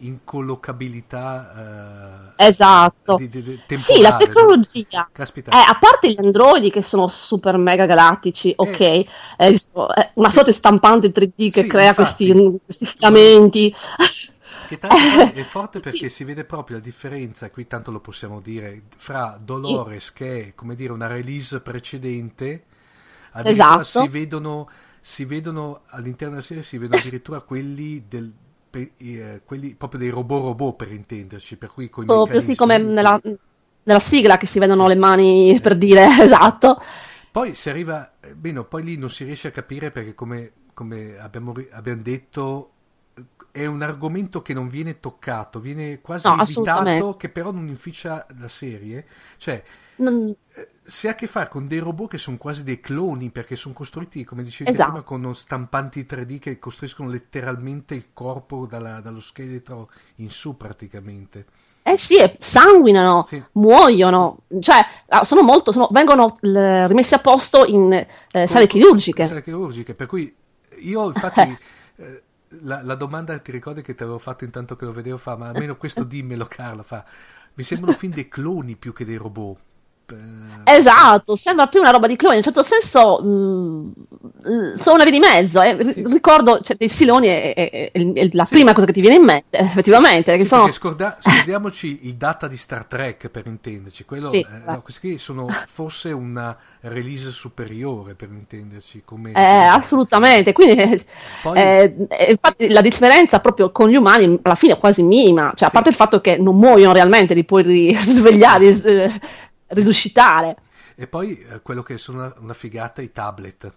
incollocabilità eh, Esatto. di- di- di- Sì, la temporale, tecnologia. no? Caspita. Eh, a parte gli androidi che sono super mega galattici, ok, eh, sono- eh, una sorta di stampante tre D che Sì, crea infatti. questi, questi filamenti. Che tanto poi è forte Sì. perché si vede proprio la differenza, qui tanto lo possiamo dire, fra Dolores, che è come dire una release precedente, addirittura Esatto. si vedono, si vedono all'interno della serie, si vedono addirittura quelli del pe- eh, quelli proprio dei robot robot, per intenderci, per cui con i Proprio sì, come meccanismi. nella, nella sigla che si vedono le mani, per dire, esatto. Poi si arriva, eh, bene, poi lì non si riesce a capire perché come, come abbiamo, ri- abbiamo detto eh, è un argomento che non viene toccato, viene quasi No, evitato, assolutamente. che però non inficia la serie, cioè Non- eh, si ha a che fare con dei robot che sono quasi dei cloni perché sono costruiti, come dicevi te Esatto. prima, con stampanti tre D che costruiscono letteralmente il corpo dalla- dallo scheletro in su praticamente. Eh sì, e sanguinano, Sì. muoiono, cioè ah, sono molto, sono- vengono l- rimessi a posto in eh, sale chirurgiche. Sale chirurgiche, per cui io infatti eh, la, la domanda ti ricordi che ti avevo fatto intanto che lo vedevo fa, ma almeno questo dimmelo Carla, fa, mi sembrano fin dei cloni più che dei robot. Eh, Esatto, sembra più una roba di cloni, in un certo senso mh, sono una via di mezzo. eh. R- Sì. Ricordo, cioè, dei Siloni è, è- è- è la Sì. prima cosa che ti viene in mente, effettivamente, che Sì, sono... perché scorda- scordiamoci i data di Star Trek per intenderci, quello, Sì, eh, esatto. no, questi qui sono forse una release superiore per intenderci, come Eh, assolutamente, quindi eh, Poi- eh, eh, infatti la differenza proprio con gli umani alla fine è quasi minima, cioè a Sì. parte il fatto che non muoiono realmente, li puoi ri- risvegliare, ris- eh, risuscitare. E poi eh, quello che sono una, una figata, i tablet.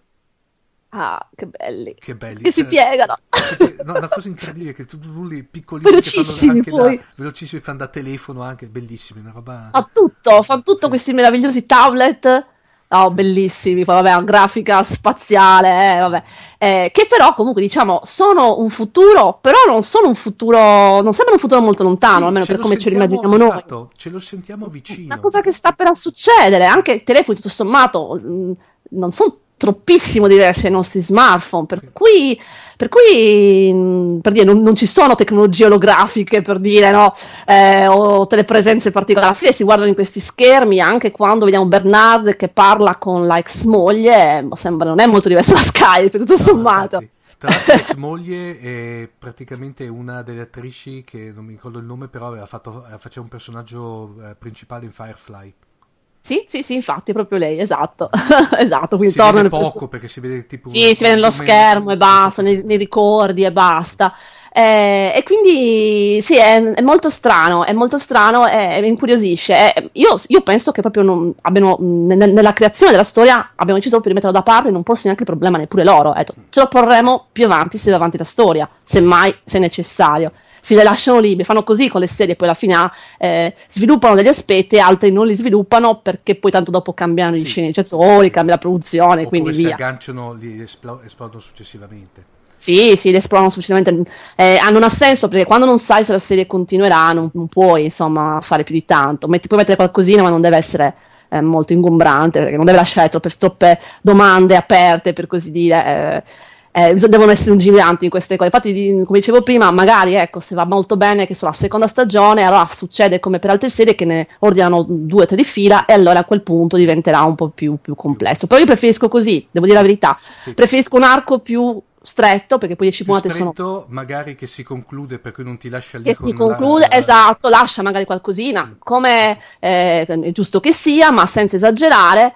Ah, che belli. Che belli. Che si cioè, piegano. sì, no, una cosa incredibile che tu, tu lì piccolissimi Velocissimi, che fanno anche poi. da, velocissimi, fanno da telefono anche, bellissimi, una roba. Fa tutto, fa tutto Sì. questi meravigliosi tablet. Oh, bellissimi, poi vabbè, una grafica spaziale, eh, vabbè. Eh, che però comunque diciamo sono un futuro, però non sono un futuro, non sembra un futuro molto lontano, Sì, almeno ce per lo come ce lo sentiamo- immaginiamo noi. esatto, ce lo sentiamo vicino. Una cosa che sta per succedere, anche i telefoni tutto sommato mh, non sono troppissimo diversi dai nostri smartphone, per cui, per cui mh, per dire, non, non ci sono tecnologie olografiche, per dire, no, eh, o telepresenze particolari. Alla fine si guardano in questi schermi, anche quando vediamo Bernard che parla con la ex moglie, eh, sembra non è molto diverso da Skype, tutto No, sommato. infatti. Tra l'altro l'ex moglie è praticamente una delle attrici che non mi ricordo il nome, però aveva fatto, faceva un personaggio eh, principale in Firefly. Sì, sì, sì, infatti, è proprio lei, esatto, esatto, quindi Si torna vede nel poco perché si vede tipo Sì, si vede nello schermo e basta, nei, nei ricordi e basta. Eh, e quindi sì, è, è molto strano, è molto strano e mi incuriosisce. Eh, io, io penso che proprio non abbiano, ne- nella creazione della storia abbiamo deciso di metterlo da parte e non porsi neanche il problema neppure loro. Ecco, ce lo porremo più avanti se va avanti la storia, semmai se necessario. Si le lasciano liberi, fanno così con le serie, poi alla fine ah, eh, sviluppano degli aspetti e altri non li sviluppano perché poi tanto dopo cambiano Sì, gli sceneggiatori, cambia la produzione e oppure quindi si via. agganciano, li esplo- esplodono successivamente. Sì, sì, le esplorano successivamente. Eh, ah, non ha senso perché quando non sai se la serie continuerà, non, non puoi insomma fare più di tanto. Metti, puoi mettere qualcosina, ma non deve essere eh, molto ingombrante perché non deve lasciare troppe, troppe domande aperte, per così dire. Eh, eh, bis- devono essere lungimiranti in queste cose. Infatti, di- come dicevo prima, magari ecco, se va molto bene, che so, la seconda stagione, allora succede come per altre serie che ne ordinano due o tre di fila, e allora a quel punto diventerà un po' più, più complesso. Però io preferisco così, devo dire la verità. Sì. Preferisco un arco più stretto perché poi dieci Più puntate sono stretto, magari che si conclude, per cui non ti lascia lì che con si la- conclude, esatto, lascia magari qualcosina come eh, è giusto che sia, ma senza esagerare,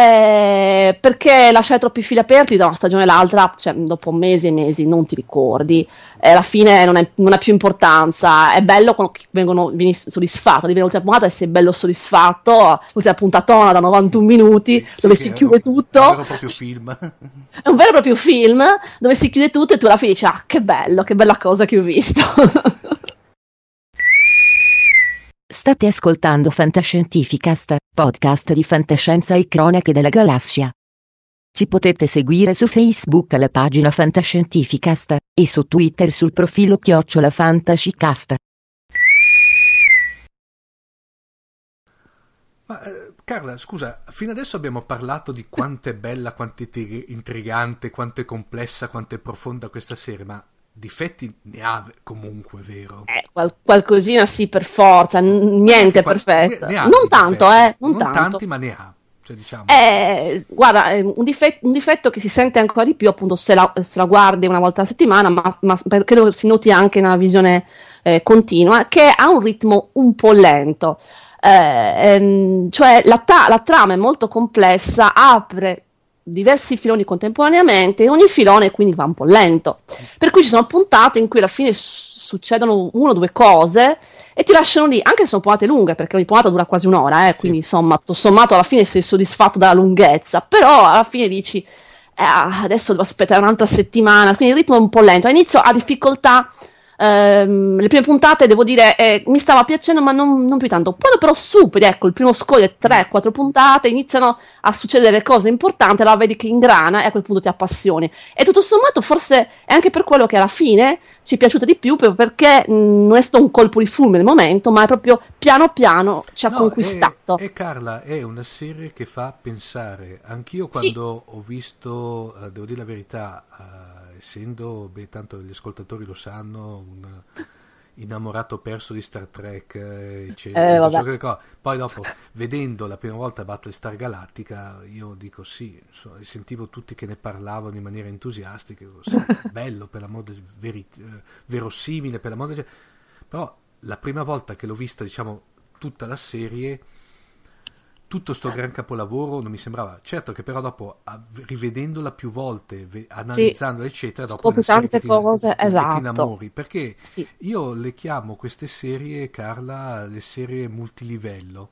eh, perché lasciare troppi fili aperti da una stagione all'altra, cioè dopo mesi e mesi non ti ricordi, e alla fine non, è- non ha più importanza. È bello quando vengono, vieni soddisfatto, arrivi all'ultima puntata e sei bello soddisfatto, l'ultima puntatona da novantuno minuti Sì, dove sì, si è chiude un- tutto. È un vero e proprio film. È un vero e proprio film dove si chiude tutto e tu alla fine dici, ah, che bello, che bella cosa che ho visto. State ascoltando Fantascientificast, podcast di fantascienza e cronache della galassia. Ci potete seguire su Facebook alla pagina Fantascientificast e su Twitter sul profilo chiocciola Fantascicast. Ma eh, Carla, scusa, fino adesso abbiamo parlato di quanto è bella, quanto è intri- intrigante, quanto è complessa, quanto è profonda questa serie, ma difetti ne ha comunque, vero? Eh, qual- qualcosina sì, per forza, n- niente Qual- perfetto. ne- ne ha Non di tanto, difetti. eh, non, Non tanto. tanti, ma ne ha. Cioè, diciamo. Eh, guarda, è un, difet- un difetto che si sente ancora di più, appunto, se la, se la guardi una volta a settimana, ma, ma per- credo si noti anche nella visione eh, continua, che ha un ritmo un po' lento. Eh, ehm, cioè la, ta- la trama è molto complessa, apre diversi filoni contemporaneamente e ogni filone quindi va un po' lento, per cui ci sono puntate in cui alla fine s- succedono una o due cose e ti lasciano lì, anche se sono puntate lunghe perché ogni puntata dura quasi un'ora, eh, Sì. quindi insomma tutto sommato alla fine sei soddisfatto dalla lunghezza, però alla fine dici eh, adesso devo aspettare un'altra settimana, quindi il ritmo è un po' lento, all'inizio ha difficoltà ehm, le prime puntate, devo dire, eh, mi stava piacendo, ma non, non più tanto. Quando però superi, ecco, il primo scoglio, tre quattro puntate, iniziano a succedere cose importanti, allora vedi che ingrana e a quel punto ti appassioni. E tutto sommato forse è anche per quello che alla fine ci è piaciuta di più, proprio perché mh, non è stato un colpo di fulmine nel momento, ma è proprio piano piano ci ha No, conquistato. E Carla, è una serie che fa pensare. Anch'io quando ho visto, eh, devo dire la verità, eh, essendo, beh, tanto gli ascoltatori lo sanno, un innamorato perso di Star Trek, eh, eccetera, Eh, tutto ciò vabbè. che- poi dopo, vedendo la prima volta Battlestar Galactica, io dico sì, insomma, sentivo tutti che ne parlavano in maniera entusiastica, dico, sì, bello, per l'amor del veri- eh, verosimile, per l'amor del... Però la prima volta che l'ho vista, diciamo, tutta la serie, tutto sto gran capolavoro non mi sembrava. Certo che però dopo, a- rivedendola più volte, ve- analizzandola, eccetera, dopo è Scopri una serie tante che ti, cose, che ti esatto. innamori. Perché Sì. io le chiamo queste serie, Carla, le serie multilivello.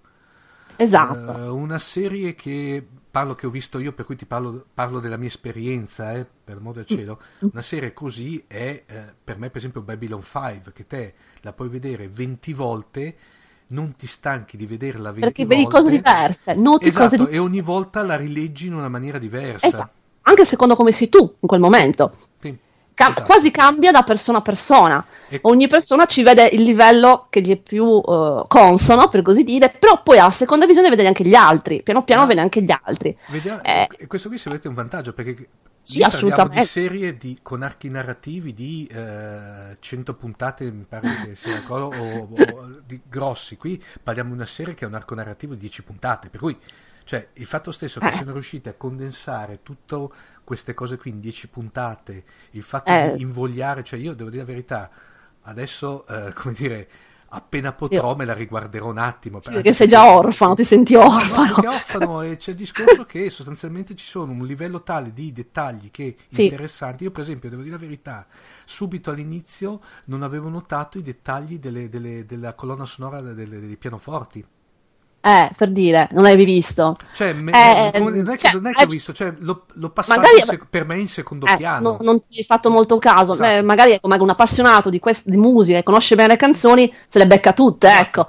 Esatto. Eh, una serie che parlo che ho visto io, per cui ti parlo, parlo della mia esperienza, eh, per l'amor del cielo. Una serie così è, eh, per me, per esempio, Babylon cinque, che te la puoi vedere venti volte, non ti stanchi di vederla venti Perché vedi volte. cose diverse, noti Esatto, cose diverse. e ogni volta la rileggi in una maniera diversa. Esatto. Anche secondo come sei tu in quel momento. Sì, Ca- esatto. Quasi cambia da persona a persona. E- Ogni persona ci vede il livello che gli è più eh, consono, per così dire, però poi alla seconda visione vede anche gli altri, piano piano Ma- vede anche gli altri. Vediamo, Eh, e questo qui se volete è un vantaggio, perché Sì, lì parliamo di assolutamente. serie di, con archi narrativi di eh, cento puntate, mi pare che sia una cosa, o, o di grossi. Qui parliamo di una serie che ha un arco narrativo di dieci puntate, per cui cioè, il fatto stesso che Eh. siano riusciti a condensare tutte queste cose qui in dieci puntate, il fatto Eh. di invogliare, cioè io devo dire la verità, adesso, eh, come dire, appena potrò me la riguarderò un attimo. Sì, anche perché sei perché- già orfano, ti senti No, orfano. perché orfano, e c'è il discorso che sostanzialmente ci sono un livello tale di dettagli che Sì. interessanti. Io per esempio devo dire la verità, subito all'inizio non avevo notato i dettagli delle- delle- della colonna sonora delle- dei pianoforti. Eh, per dire, non l'avevi visto. Cioè, me- Eh, come- non è che, cioè, non è che hai ho visto, cioè, l'ho, l'ho passato magari- in sec- per me in secondo Eh, piano. no- non ti hai fatto molto caso. Esatto. Beh, magari è come un appassionato di, quest- di musica e conosce bene le canzoni, se le becca tutte, ecco.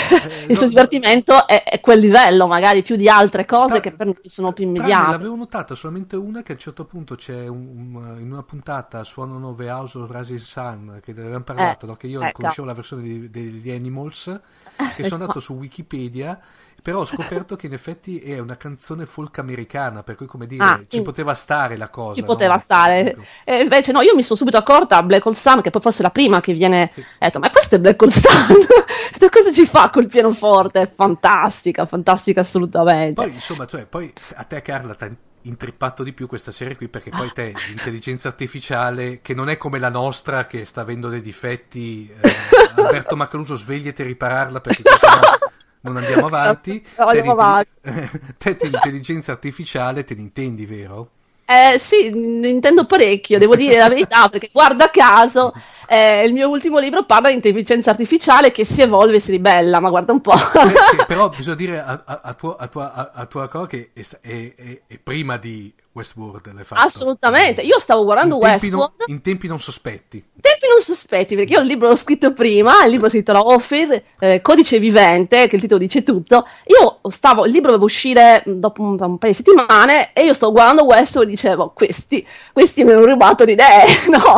Il suo no- divertimento è, è quel livello, magari più di altre cose Tra- che per noi sono più tranne immediate. l'avevo notata solamente una, che a un certo punto c'è un, un- in una puntata suonano The House of Rising Sun, che ne avevamo parlato, Eh, no? Che io ecco. conoscevo la versione di- degli Animals, che sono ma- andato su Wikipedia, però ho scoperto che in effetti è una canzone folk americana, per cui come dire, Ah, ci quindi- poteva stare la cosa. Ci no? poteva stare. Ecco. E invece no, io mi sono subito accorta a Black Hole Sun, che poi forse è la prima che viene, Sì. ho detto, ma questo è Black Hole Sun? Ho detto, cosa ci fa col pianoforte? È fantastica, fantastica assolutamente. Poi insomma, cioè, poi a te Carla ti ha intrippato di più questa serie qui, perché poi te l'intelligenza artificiale, che non è come la nostra che sta avendo dei difetti, eh, Alberto Macaluso, svegliati e ripararla, perché sennò non andiamo avanti. No, andiamo te, avanti. te di intelligenza artificiale te ne intendi, vero? Eh, sì, ne intendo parecchio, devo dire la verità, perché guarda caso eh, il mio ultimo libro parla di intelligenza artificiale che si evolve e si ribella, ma guarda un po'. Perché, però bisogna dire a, a, a tua, a, tua, a, a tua cosa che è, è, è, è prima di Westworld l'hai fatto. Assolutamente, io stavo guardando in tempi, non, Westworld. in tempi non sospetti. Tempi non sospetti, perché io il libro l'ho scritto prima, il libro si intitola Ophir, eh, Codice Vivente, che il titolo dice tutto. Io stavo, il libro doveva uscire dopo un, un paio di settimane e io sto guardando Westworld e dicevo, questi, questi mi hanno rubato di idee, no?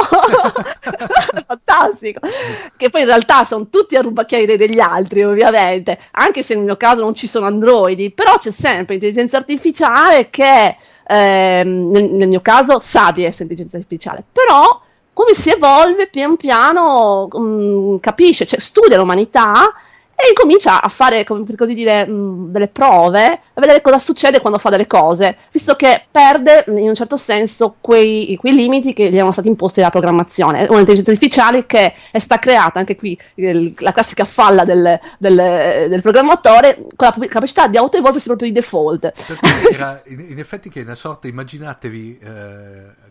Fantastico. Che poi in realtà sono tutti a rubacchiare idee degli altri, ovviamente, anche se nel mio caso non ci sono androidi, però c'è sempre intelligenza artificiale che, ehm, nel, nel mio caso, sa di essere intelligenza artificiale, però come si evolve pian piano, mh, capisce, cioè studia l'umanità e incomincia a fare, come per così dire, mh, delle prove, a vedere cosa succede quando fa delle cose, visto che perde in un certo senso quei, quei limiti che gli erano stati imposti dalla programmazione. Un'intelligenza artificiale che è stata creata, anche qui il- la classica falla del, del, del programmatore, con la capacità di autoevolversi proprio di default. Per cui era in, in effetti che è una sorta, immaginatevi, eh,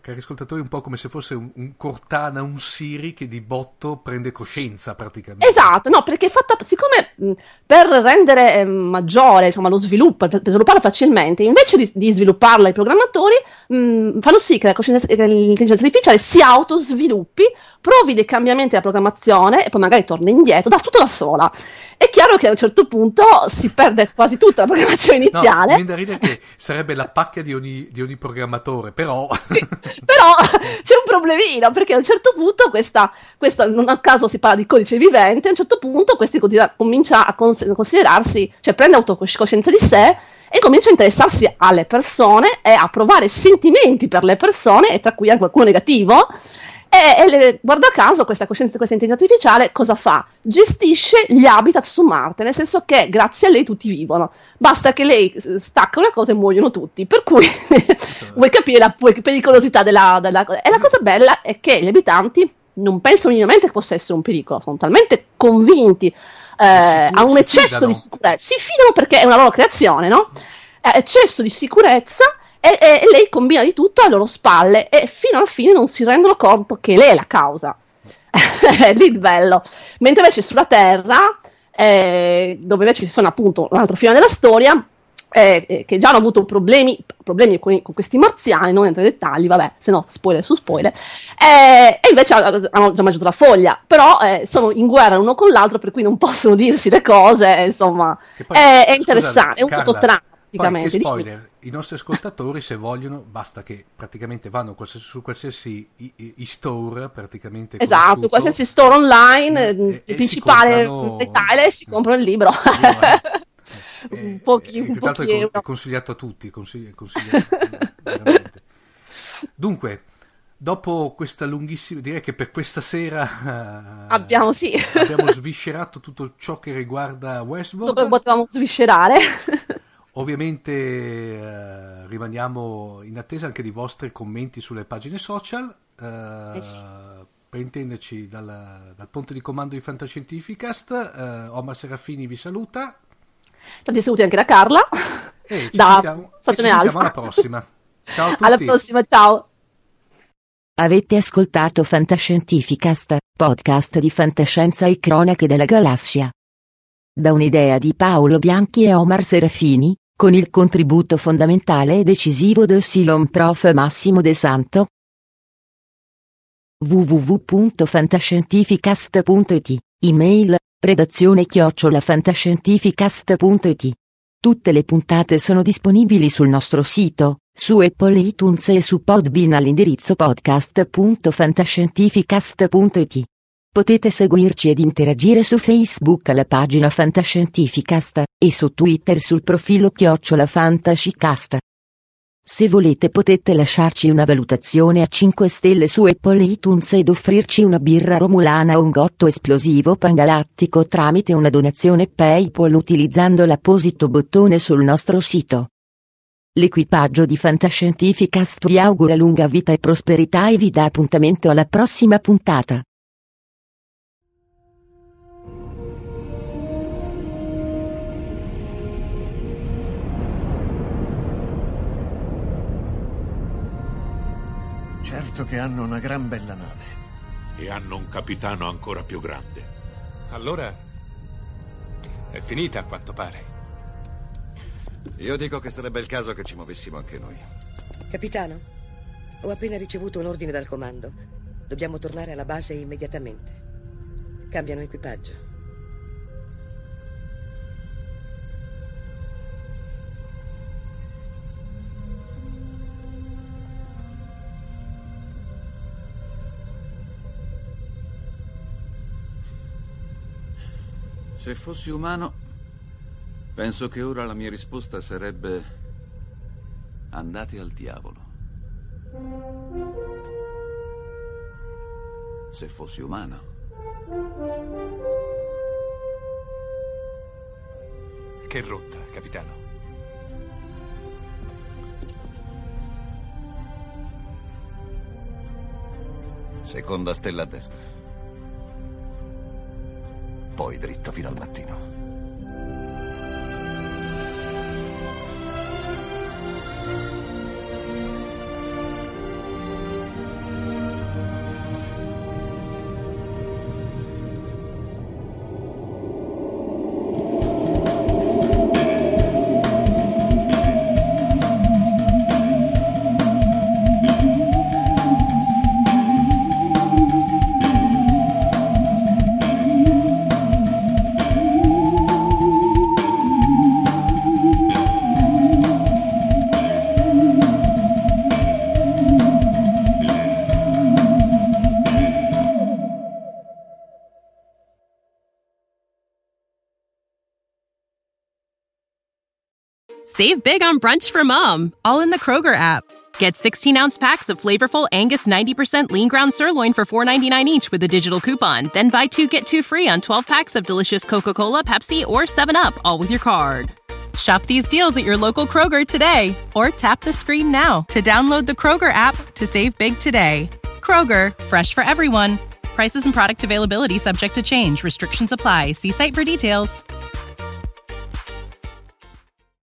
cari ascoltatori, un po' come se fosse un, un Cortana, un Siri che di botto prende coscienza praticamente. Esatto, no, perché è fatta, siccome mh, per rendere eh, maggiore, insomma, lo sviluppo, per, per svilupparla facilmente, invece di, di svilupparla i programmatori, mh, fanno sì che, la coscienza, che l'intelligenza artificiale si autosviluppi, provi dei cambiamenti alla programmazione e poi magari torna indietro, da tutto da sola. È chiaro che a un certo punto si perde quasi tutta la programmazione iniziale. No, mi viene da ridere che sarebbe la pacchia di ogni, di ogni programmatore, però... Sì, però c'è un problemino, perché a un certo punto questa, questa, non a caso si parla di codice vivente, a un certo punto questi comincia a cons- considerarsi, cioè prende autocoscienza di sé e comincia a interessarsi alle persone e a provare sentimenti per le persone, e tra cui anche qualcuno negativo. E, e le, guarda caso questa coscienza, questa intelligenza artificiale cosa fa? Gestisce gli habitat su Marte, nel senso che grazie a lei tutti vivono, basta che lei stacca una cosa e muoiono tutti, per cui vuoi capire la pericolosità della, della cosa. E la cosa bella è che gli abitanti non pensano minimamente che possa essere un pericolo, sono talmente convinti eh, a un eccesso di sicurezza, si fidano perché è una loro creazione, no? Eh, eccesso di sicurezza. E, e, e lei combina di tutto alle loro spalle e fino alla fine non si rendono conto che lei è la causa. È lì il bello. Mentre invece sulla Terra, eh, dove invece ci sono appunto un altro fine della storia, eh, eh, che già hanno avuto problemi, problemi con, con questi marziani, non entro nei dettagli, vabbè, se no spoiler su spoiler, eh, e invece hanno già mangiato la foglia, però eh, sono in guerra l'uno con l'altro, per cui non possono dirsi le cose, insomma, poi, è, è interessante, scusa, è un sottotrama. Poi, che spoiler, i nostri ascoltatori, se vogliono, basta che praticamente vanno qualsiasi, su qualsiasi i, i, i store, praticamente. Esatto, qualsiasi store online, e, il principale dettaglio, e si comprano il libro. Eh, un pochi, eh, un pochi è, è consigliato a tutti, consigli, consigliato, veramente. Dunque, dopo questa lunghissima, direi che per questa sera abbiamo, sì. abbiamo sviscerato tutto ciò che riguarda Westworld. Dove potevamo sviscerare. Ovviamente eh, rimaniamo in attesa anche di vostri commenti sulle pagine social, eh, eh sì. Per intenderci dal, dal ponte di comando di Fantascientificast. eh, Omar Serafini vi saluta. Tanti saluti anche da Carla. E ci da sentiamo, e ci sentiamo alla prossima. Ciao a tutti. Alla prossima, ciao. Avete ascoltato Fantascientificast, podcast di fantascienza e cronache della galassia. Da un'idea di Paolo Bianchi e Omar Serafini, con il contributo fondamentale e decisivo del Silon Prof Massimo De Santo. w w w punto fantascientificast punto i t, email, redazione chiocciola fantascientificast punto i t. Tutte le puntate sono disponibili sul nostro sito, su Apple iTunes e su Podbean all'indirizzo podcast punto fantascientificast punto i t. Potete seguirci ed interagire su Facebook alla pagina Fantascientificast, e su Twitter sul profilo chiocciola Fantascicast. Se volete potete lasciarci una valutazione a cinque stelle su Apple iTunes ed offrirci una birra romulana o un gotto esplosivo pangalattico tramite una donazione PayPal utilizzando l'apposito bottone sul nostro sito. L'equipaggio di Fantascientificast vi augura lunga vita e prosperità e vi dà appuntamento alla prossima puntata. Certo che hanno una gran bella nave. E hanno un capitano ancora più grande. Allora è finita a quanto pare. Io dico che sarebbe il caso che ci muovessimo anche noi. Capitano, ho appena ricevuto un ordine dal comando. Dobbiamo tornare alla base immediatamente. Cambiano equipaggio. Se fossi umano, penso che ora la mia risposta sarebbe: andate al diavolo. Se fossi umano. Che rotta, capitano? Seconda stella a destra. Poi dritto fino al mattino. Save big on brunch for mom, all in the Kroger app. Get sixteen-ounce packs of flavorful Angus ninety percent lean ground sirloin for four ninety-nine each with a digital coupon. Then buy two, get two free on twelve packs of delicious Coca-Cola, Pepsi, or seven up, all with your card. Shop these deals at your local Kroger today, or tap the screen now to download the Kroger app to save big today. Kroger, fresh for everyone. Prices and product availability subject to change. Restrictions apply. See site for details.